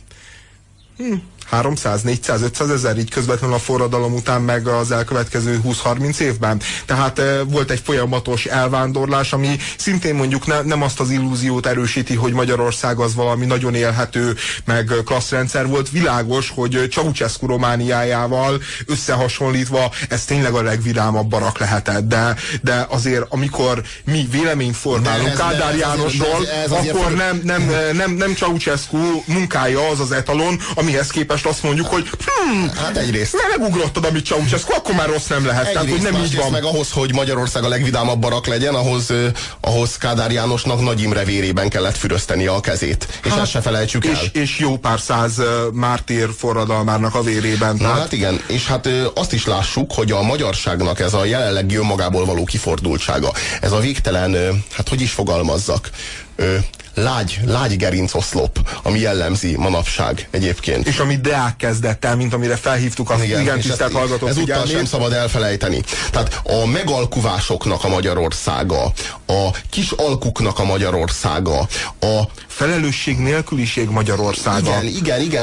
300, 400, 500 ezer így közvetlenül a forradalom után, meg az elkövetkező 20-30 évben. Tehát volt egy folyamatos elvándorlás, ami szintén mondjuk nem azt az illúziót erősíti, hogy Magyarország az valami nagyon élhető, meg klasszrendszer volt. Világos, hogy Ceausescu Romániájával összehasonlítva ez tényleg a legvidámabb barak lehetett. De azért, amikor mi véleményt formálunk Kádár Jánosról, akkor nem Ceausescu munkája az etalon, amihez képest azt mondjuk, hogy hát egyrészt megugrottad, amit Ceausescu, akkor már rossz nem lehet. Tehát, hogy nem így van. Meg ahhoz, hogy Magyarország a legvidámabb barak legyen, ahhoz Kádár Jánosnak Nagy Imre vérében kellett füröztenie a kezét. És ezt se felejtsük el. És jó pár száz mártír forradalmárnak a vérében. Na hát igen, és hát azt is lássuk, hogy a magyarságnak ez a jelenlegi önmagából való kifordultsága, ez a végtelen, hát hogy is fogalmazzak, lágy gerincoszlop, ami jellemzi manapság egyébként. És ami Deák kezdett el, mint amire felhívtuk a igen tisztelt hallgatók figyelmét. Ezúttal sem szabad elfelejteni. Tehát a megalkuvásoknak a Magyarországa, a kis alkuknak a Magyarországa, a felelősség nélküliség Magyarországa. Igen,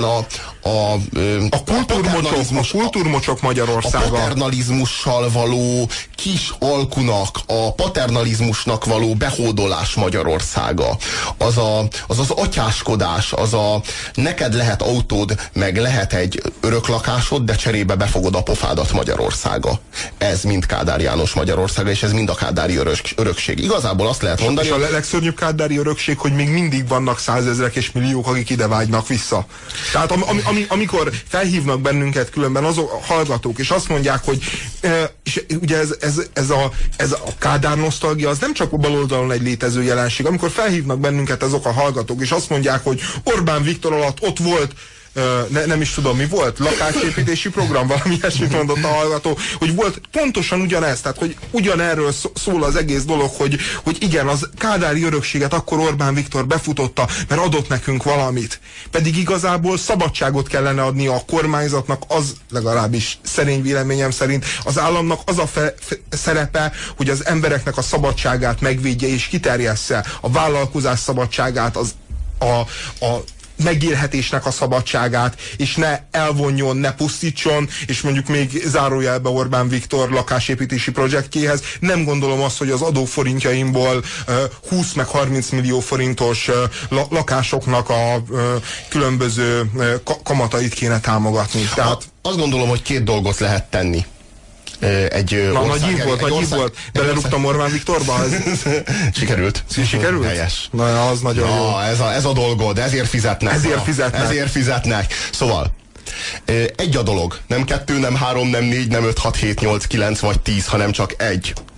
a kultúrmocsok Magyarországa. A paternalizmussal való kis alkunak, a paternalizmusnak való behódolás Magyarországa. Az atyáskodás, neked lehet autód, meg lehet egy öröklakásod, de cserébe befogod a pofádat Magyarországa. Ez mind Kádár János Magyarországa, és ez mind a kádári örökség. Igazából azt lehet mondani... És a legszörnyűbb kádári örökség, hogy még mindig vannak százezrek és milliók, akik ide vágynak vissza. Tehát amikor felhívnak bennünket különben azok a hallgatók, és azt mondják, hogy és ugye ez a Kádár nosztalgia, az nem csak a baloldalon egy létező jelenség. Amikor felhívnak bennünket azok a hallgatók, és azt mondják, hogy Orbán Viktor alatt ott volt nem is tudom mi volt, lakásépítési program, valami ilyesmit mondott a hallgató, hogy volt pontosan ugyanez, tehát hogy ugyanerről szól az egész dolog, hogy igen, az kádári örökséget akkor Orbán Viktor befutotta, mert adott nekünk valamit. Pedig igazából szabadságot kellene adni a kormányzatnak, az legalábbis szerény véleményem szerint az államnak az a szerepe, hogy az embereknek a szabadságát megvédje és kiterjessze, a vállalkozás szabadságát, a megélhetésnek a szabadságát, és ne elvonjon, ne pusztítson, és mondjuk még zárójelbe Orbán Viktor lakásépítési projektjéhez. Nem gondolom azt, hogy az adóforintjaimból 20 meg 30 millió forintos lakásoknak a különböző kamatait kéne támogatni. Tehát azt gondolom, hogy két dolgot lehet tenni. Nagy ív volt. Belerúgtam Orbán Viktorba. Sikerült? Helyes. Na, az nagyon jó. Ez a dolgod, ezért fizetnek. Ezért fizetnek. Szóval, egy a dolog. Nem 2, nem 3, nem 4, nem 5, 6, 7, 8, 9 vagy 10, hanem csak egy.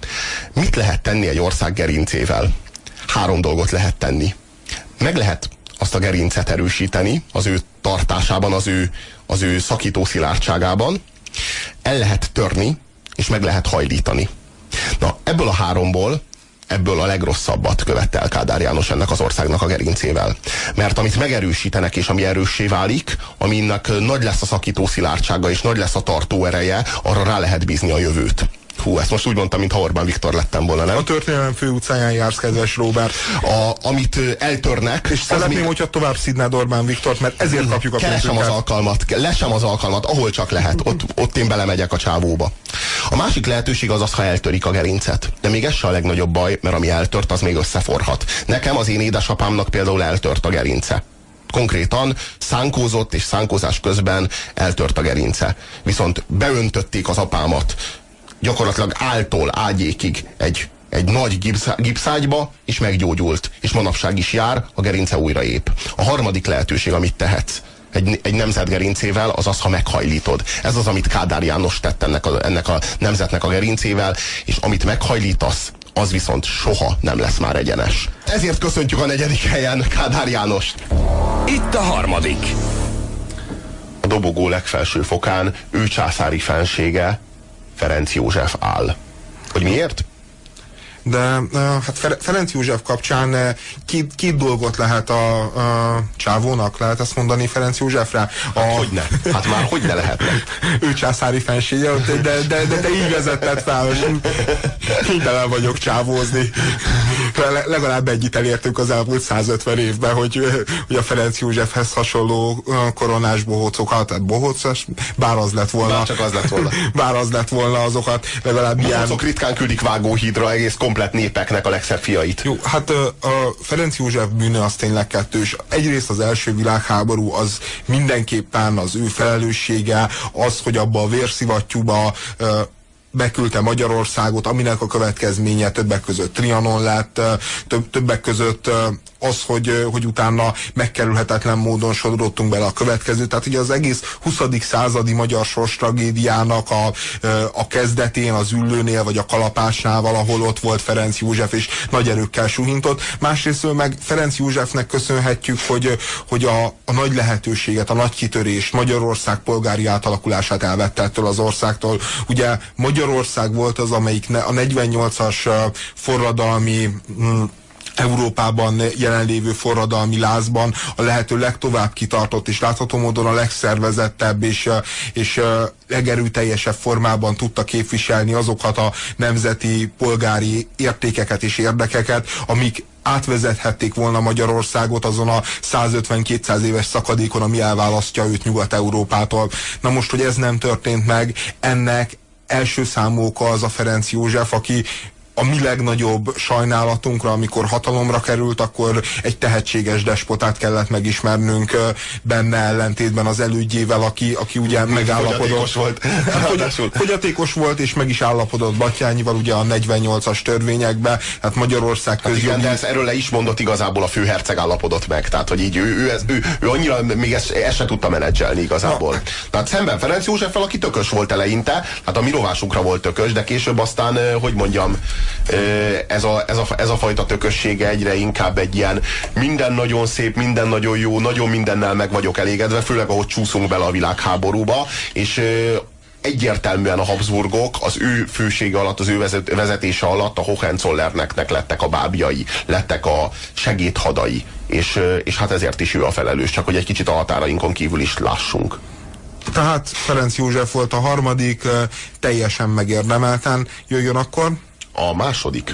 Mit lehet tenni egy ország gerincével? 3 dolgot lehet tenni. Meg lehet azt a gerincet erősíteni az ő tartásában, az ő szakító szilárdságában, el lehet törni, és meg lehet hajlítani. Na, ebből a 3-ból, ebből a legrosszabbat követte el Kádár János ennek az országnak a gerincével. Mert amit megerősítenek, és ami erőssé válik, aminek nagy lesz a szakító szilárdsága, és nagy lesz a tartó ereje, arra rá lehet bízni a jövőt. Hú, ezt most úgy mondtam, mintha Orbán Viktor lettem volna, nem? A történelem főutcáján jársz, kedves Róbert. Amit eltörnek... És szeretném, hogyha tovább szidnád Orbán Viktort, mert ezért kapjuk a Keresem az alkalmat, lesem az alkalmat, ahol csak lehet. Ott én belemegyek a csávóba. A másik lehetőség az, ha eltörik a gerincet. De még ez se a legnagyobb baj, mert ami eltört, az még összeforhat. Nekem, az én édesapámnak például eltört a gerince. Konkrétan szánkózott, és szánkózás közben eltört a gerince. Viszont beöntötték az apámat gyakorlatilag áltól ágyékig egy nagy gipszágyba, és meggyógyult. És manapság is jár, a gerince újra ép. A harmadik lehetőség, amit tehetsz egy nemzet gerincével, az az, ha meghajlítod. Ez az, amit Kádár János tett ennek a nemzetnek a gerincével, és amit meghajlítasz, az viszont soha nem lesz már egyenes. Ezért köszöntjük a 4. helyen Kádár Jánost. Itt a 3. A dobogó legfelső fokán ő császári fensége, Ferenc József áll. Hogy miért? De hát Ferenc József kapcsán két dolgot lehet a csávónak, lehet ezt mondani Ferenc Józsefre? Hogyne? Hát már hogyne lehetne? Ő császári fensége, de te így vezetted fel, most kénytelen vagyok csávózni. Legalább egyit elértünk az elmúlt 150 évben, hogy a Ferenc Józsefhez hasonló koronás bohócokat, bár az lett volna. Bár csak az lett volna. Bár az lett volna, azokat legalább ilyen... Bohócok ritkán küldik vágóhídra egész komplett népeknek a legszebb fiait. Jó, hát a Ferenc József bűne az tényleg kettős. Egyrészt az első világháború az mindenképpen az ő felelőssége, az, hogy abba a vérszivattyúba beküldte Magyarországot, aminek a következménye többek között Trianon lett, többek között az, hogy utána megkerülhetetlen módon sodródtunk bele a következő. Tehát ugye az egész 20. századi magyar sors tragédiának a kezdetén, az Üllőnél vagy a Kalapásnál valahol ott volt Ferenc József, és nagy erőkkel suhintott. Másrésztől meg Ferenc Józsefnek köszönhetjük, hogy a nagy lehetőséget, a nagy kitörést, Magyarország polgári átalakulását elvette ettől az országtól. Ugye Magyarország volt az, amelyik a 48-as forradalmi Európában jelenlévő forradalmi lázban a lehető legtovább kitartott, és látható módon a legszervezettebb és legerőteljesebb formában tudta képviselni azokat a nemzeti polgári értékeket és érdekeket, amik átvezethették volna Magyarországot azon a 150-200 éves szakadékon, ami elválasztja őt Nyugat-Európától. Na most, hogy ez nem történt meg, ennek első számú oka az a Ferenc József, aki a mi legnagyobb sajnálatunkra, amikor hatalomra került, akkor egy tehetséges despotát kellett megismernünk benne, ellentétben az elődjével, aki ugye megállapodott. Fogyatékos volt, és meg is állapodott Batthyányival ugye a 48-as törvényekbe, hát Magyarország közjogi... Hát igen, de erről le is mondott, igazából a főherceg állapodott meg, tehát hogy így ő annyira még ezt se tudta menedzselni igazából. Na. Tehát szemben Ferenc Józseffel, aki tökös volt eleinte, hát a mi rovásunkra volt tökös, de később aztán, hogy mondjam, ez a fajta tökössége egyre inkább egy ilyen minden nagyon szép, minden nagyon jó, nagyon mindennel meg vagyok elégedve, főleg ahogy csúszunk bele a világháborúba, és egyértelműen a Habsburgok az ő fősége alatt, az ő vezetése alatt a Hohenzollerneknek lettek a bábjai, lettek a segédhadai, és hát ezért is ő a felelős, csak hogy egy kicsit a határainkon kívül is lássunk. Tehát Ferenc József volt a harmadik, teljesen megérdemelten. Jöjjön akkor a második.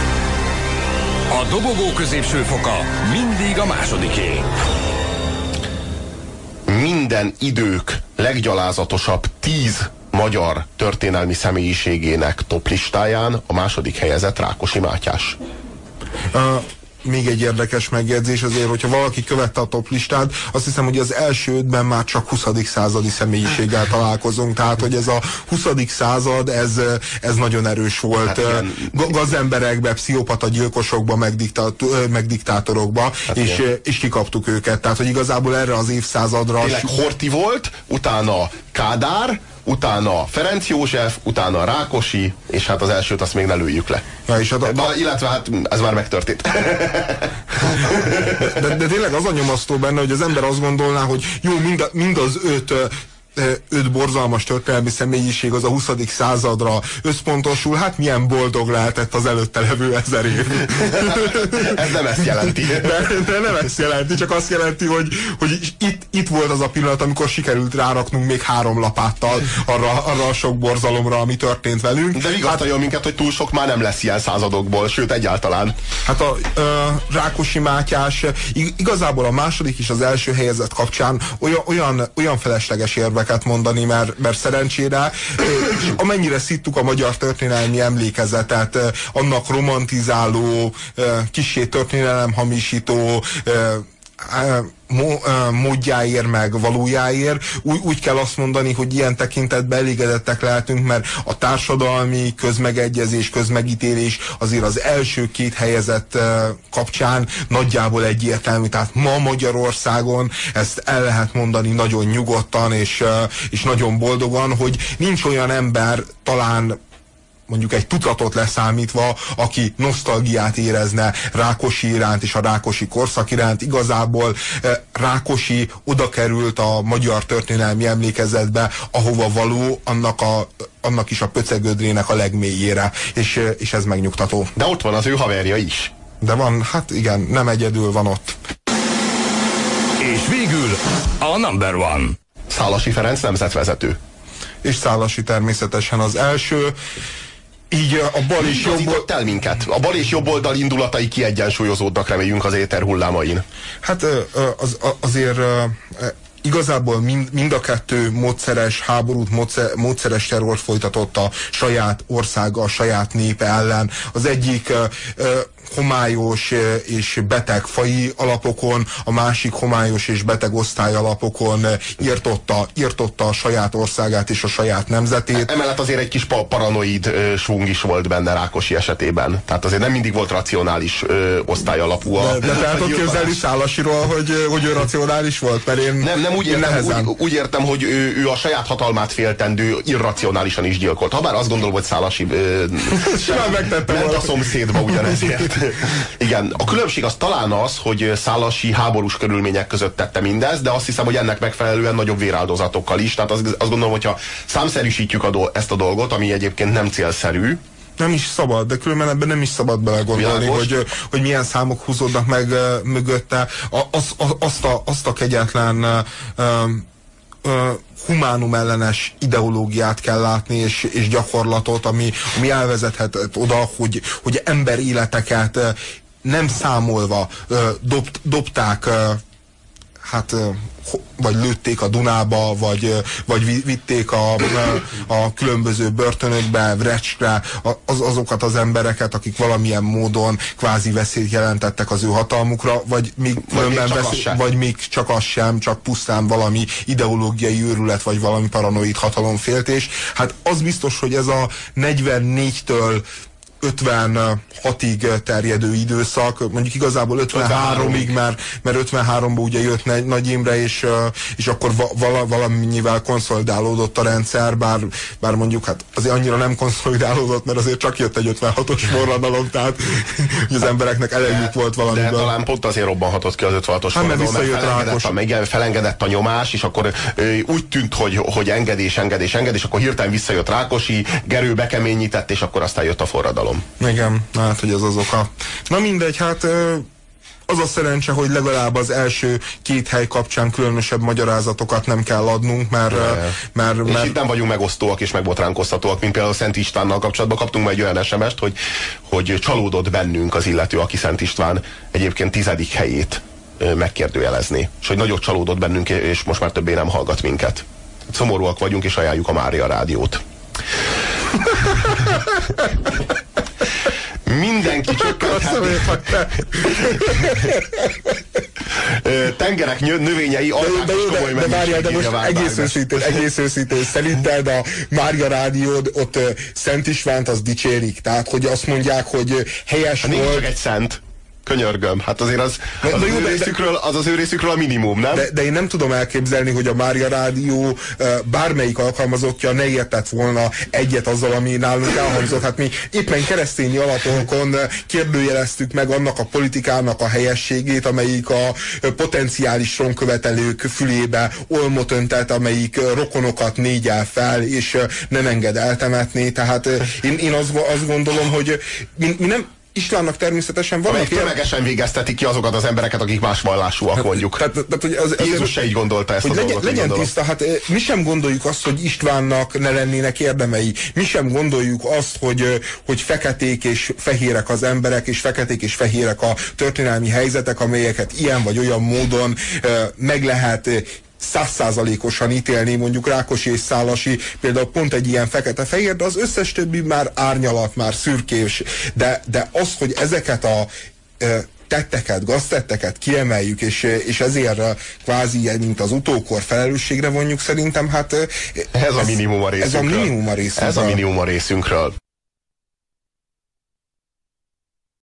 A dobogó középső foka mindig a másodiké. Minden idők leggyalázatosabb 10 magyar történelmi személyiségének toplistáján a második helyezett Rákosi Mátyás. Még egy érdekes megjegyzés azért, hogyha valaki követte a toplistát, azt hiszem, hogy az első 5-ben már csak 20. századi személyiséggel találkozunk, tehát hogy ez a 20. század, ez nagyon erős volt. Hát gazemberekbe, pszichopata gyilkosokba, meg diktátorokba, hát és kikaptuk őket. Tehát, hogy igazából erre az évszázadra... Tényleg Horthy volt, utána Kádár, utána Ferenc József, utána Rákosi, és hát az elsőt azt még ne lőjük le. Ja, és illetve hát ez már megtörtént. De tényleg az a nyomasztó benne, hogy az ember azt gondolná, hogy jó, mind az öt borzalmas történelmi személyiség az a 20. századra összpontosul, hát milyen boldog lehetett az előtte levő 1000 év. Ez nem ezt jelenti. De nem ezt jelenti, csak azt jelenti, hogy itt volt az a pillanat, amikor sikerült ráraknunk még 3 lapáttal arra a sok borzalomra, ami történt velünk. De vigasztaljon minket, hogy túl sok már nem lesz ilyen századokból, sőt egyáltalán. Hát a Rákosi Mátyás igazából a második és az első helyezett kapcsán olyan felesleges érveket mondani, mert szerencsére, és amennyire szittuk a magyar történelmi emlékezetet, annak romantizáló, kissé történelemhamisító módjáért, meg valójáért, úgy kell azt mondani, hogy ilyen tekintetben elégedettek lehetünk, mert a társadalmi közmegegyezés, közmegítélés azért az első 2 helyezett kapcsán nagyjából egyértelmű. Tehát ma Magyarországon ezt el lehet mondani nagyon nyugodtan és nagyon boldogan, hogy nincs olyan ember, talán mondjuk egy tucatot leszámítva, aki nosztalgiát érezne Rákosi iránt és a Rákosi korszak iránt. Igazából Rákosi oda került a magyar történelmi emlékezetbe, ahova való, annak is a pöcegödrének a legmélyére, és ez megnyugtató. De ott van az ő haverja is. De van, hát igen, nem egyedül van ott. És végül a number one. Szálasi Ferenc nemzetvezető. És Szálasi természetesen az első. Így a bal és jobb oldal... el minket. A bal és jobb oldal indulatai kiegyensúlyozódnak, reméljünk az éter hullámain. Hát azért igazából mind a kettő módszeres háborút, módszeres terrort folytatott a saját országa, a saját népe ellen. Az egyik homályos és beteg faji alapokon, a másik homályos és beteg osztály alapokon írtotta a saját országát és a saját nemzetét. Emellett azért egy kis paranoid svung is volt benne Rákosi esetében. Tehát azért nem mindig volt racionális osztály alapú. De fel tudod képzelni Szálasiról, hogy ő racionális volt? Mert én nem úgy értem, hogy ő a saját hatalmát féltendő irracionálisan is gyilkolt. Habár azt gondolom, hogy Szálasi ment a szomszédba ugyanezért. Igen, a különbség az talán az, hogy Szálasi háborús körülmények között tette mindezt, de azt hiszem, hogy ennek megfelelően nagyobb véráldozatokkal is. Tehát azt gondolom, hogyha számszerűsítjük ezt a dolgot, ami egyébként nem célszerű. Nem is szabad, de különben ebben nem is szabad belegondolni, hogy milyen számok húzódnak meg mögötte. Azt a kegyetlen humánum ellenes ideológiát kell látni, és gyakorlatot, ami elvezethet oda, hogy emberéleteket nem számolva dobták, hát vagy lőtték a Dunába, vagy vitték a különböző börtönökbe, Vrecskre azokat az embereket, akik valamilyen módon kvázi veszélyt jelentettek az ő hatalmukra, vagy még csak az sem, csak pusztán valami ideológiai őrület, vagy valami paranoid hatalomféltés. Hát az biztos, hogy ez a 44-től 56-ig terjedő időszak, mondjuk igazából 53-ig, mert 53-ban ugye jött Nagy Imre, és akkor valamennyivel konszolidálódott a rendszer, bár mondjuk hát azért annyira nem konszolidálódott, mert azért csak jött egy 56-os forradalom, tehát az embereknek elegük volt valamiből. De talán pont azért robbanhatott ki az 56-os forradalom, mert felengedett a nyomás, és akkor úgy tűnt, hogy engedés, akkor hirtelen visszajött Rákosi, Gerő bekeményített, és akkor aztán jött a forradalom. Igen, hát, hogy ez az oka. Na mindegy, hát az a szerencse, hogy legalább az első 2 hely kapcsán különösebb magyarázatokat nem kell adnunk, mert és itt nem vagyunk megosztóak és megbotránkoztatóak, mint például Szent Istvánnal kapcsolatban kaptunk majd egy olyan SMS-t, hogy csalódott bennünk az illető, aki Szent István egyébként 10. helyét megkérdőjelezni. És hogy nagyot csalódott bennünk, és most már többé nem hallgat minket. Szomorúak vagyunk, és ajánljuk a Mária Rádiót. Mindenki csökkenthet. Tengerek növényei de várjál, de most egész őszintén szerinted a Mária Rádiód ott Szent Istvánt az dicsérik, tehát hogy azt mondják, hogy helyes volt. Nincs csak egy szent Könyörgöm, hát azért az ő részükről a minimum, nem? De én nem tudom elképzelni, hogy a Mária Rádió bármelyik alkalmazottja ne értett volna egyet azzal, ami nálunk elhangzott. Hát mi éppen keresztényi alapokon kérdőjeleztük meg annak a politikának a helyességét, amelyik a potenciális trónkövetelők fülébe olmot öntett, amelyik rokonokat négyel fel, és nem enged eltemetni. Tehát én azt gondolom, hogy mi nem Istvánnak természetesen vannak... Tömegesen végeztetik ki azokat az embereket, akik más vallásúak, mondjuk. Hogy Jézus se így gondolta ezt a dolgot. Legyen tiszta, hát mi sem gondoljuk azt, hogy Istvánnak ne lennének érdemei. Mi sem gondoljuk azt, hogy feketék és fehérek az emberek, és feketék és fehérek a történelmi helyzetek, amelyeket ilyen vagy olyan módon meg lehet 100%-osan ítélni, mondjuk Rákosi és Szálasi például pont egy ilyen fekete-fehér, de az összes többi már árnyalat, már szürkés. De az, hogy ezeket a tetteket, gaztetteket kiemeljük, és ezért kvázi, mint az utókor felelősségre vonjuk, szerintem hát ez a minimum a részünkről. Ez a minimum a részünkről. Ez a minimum a részünkről.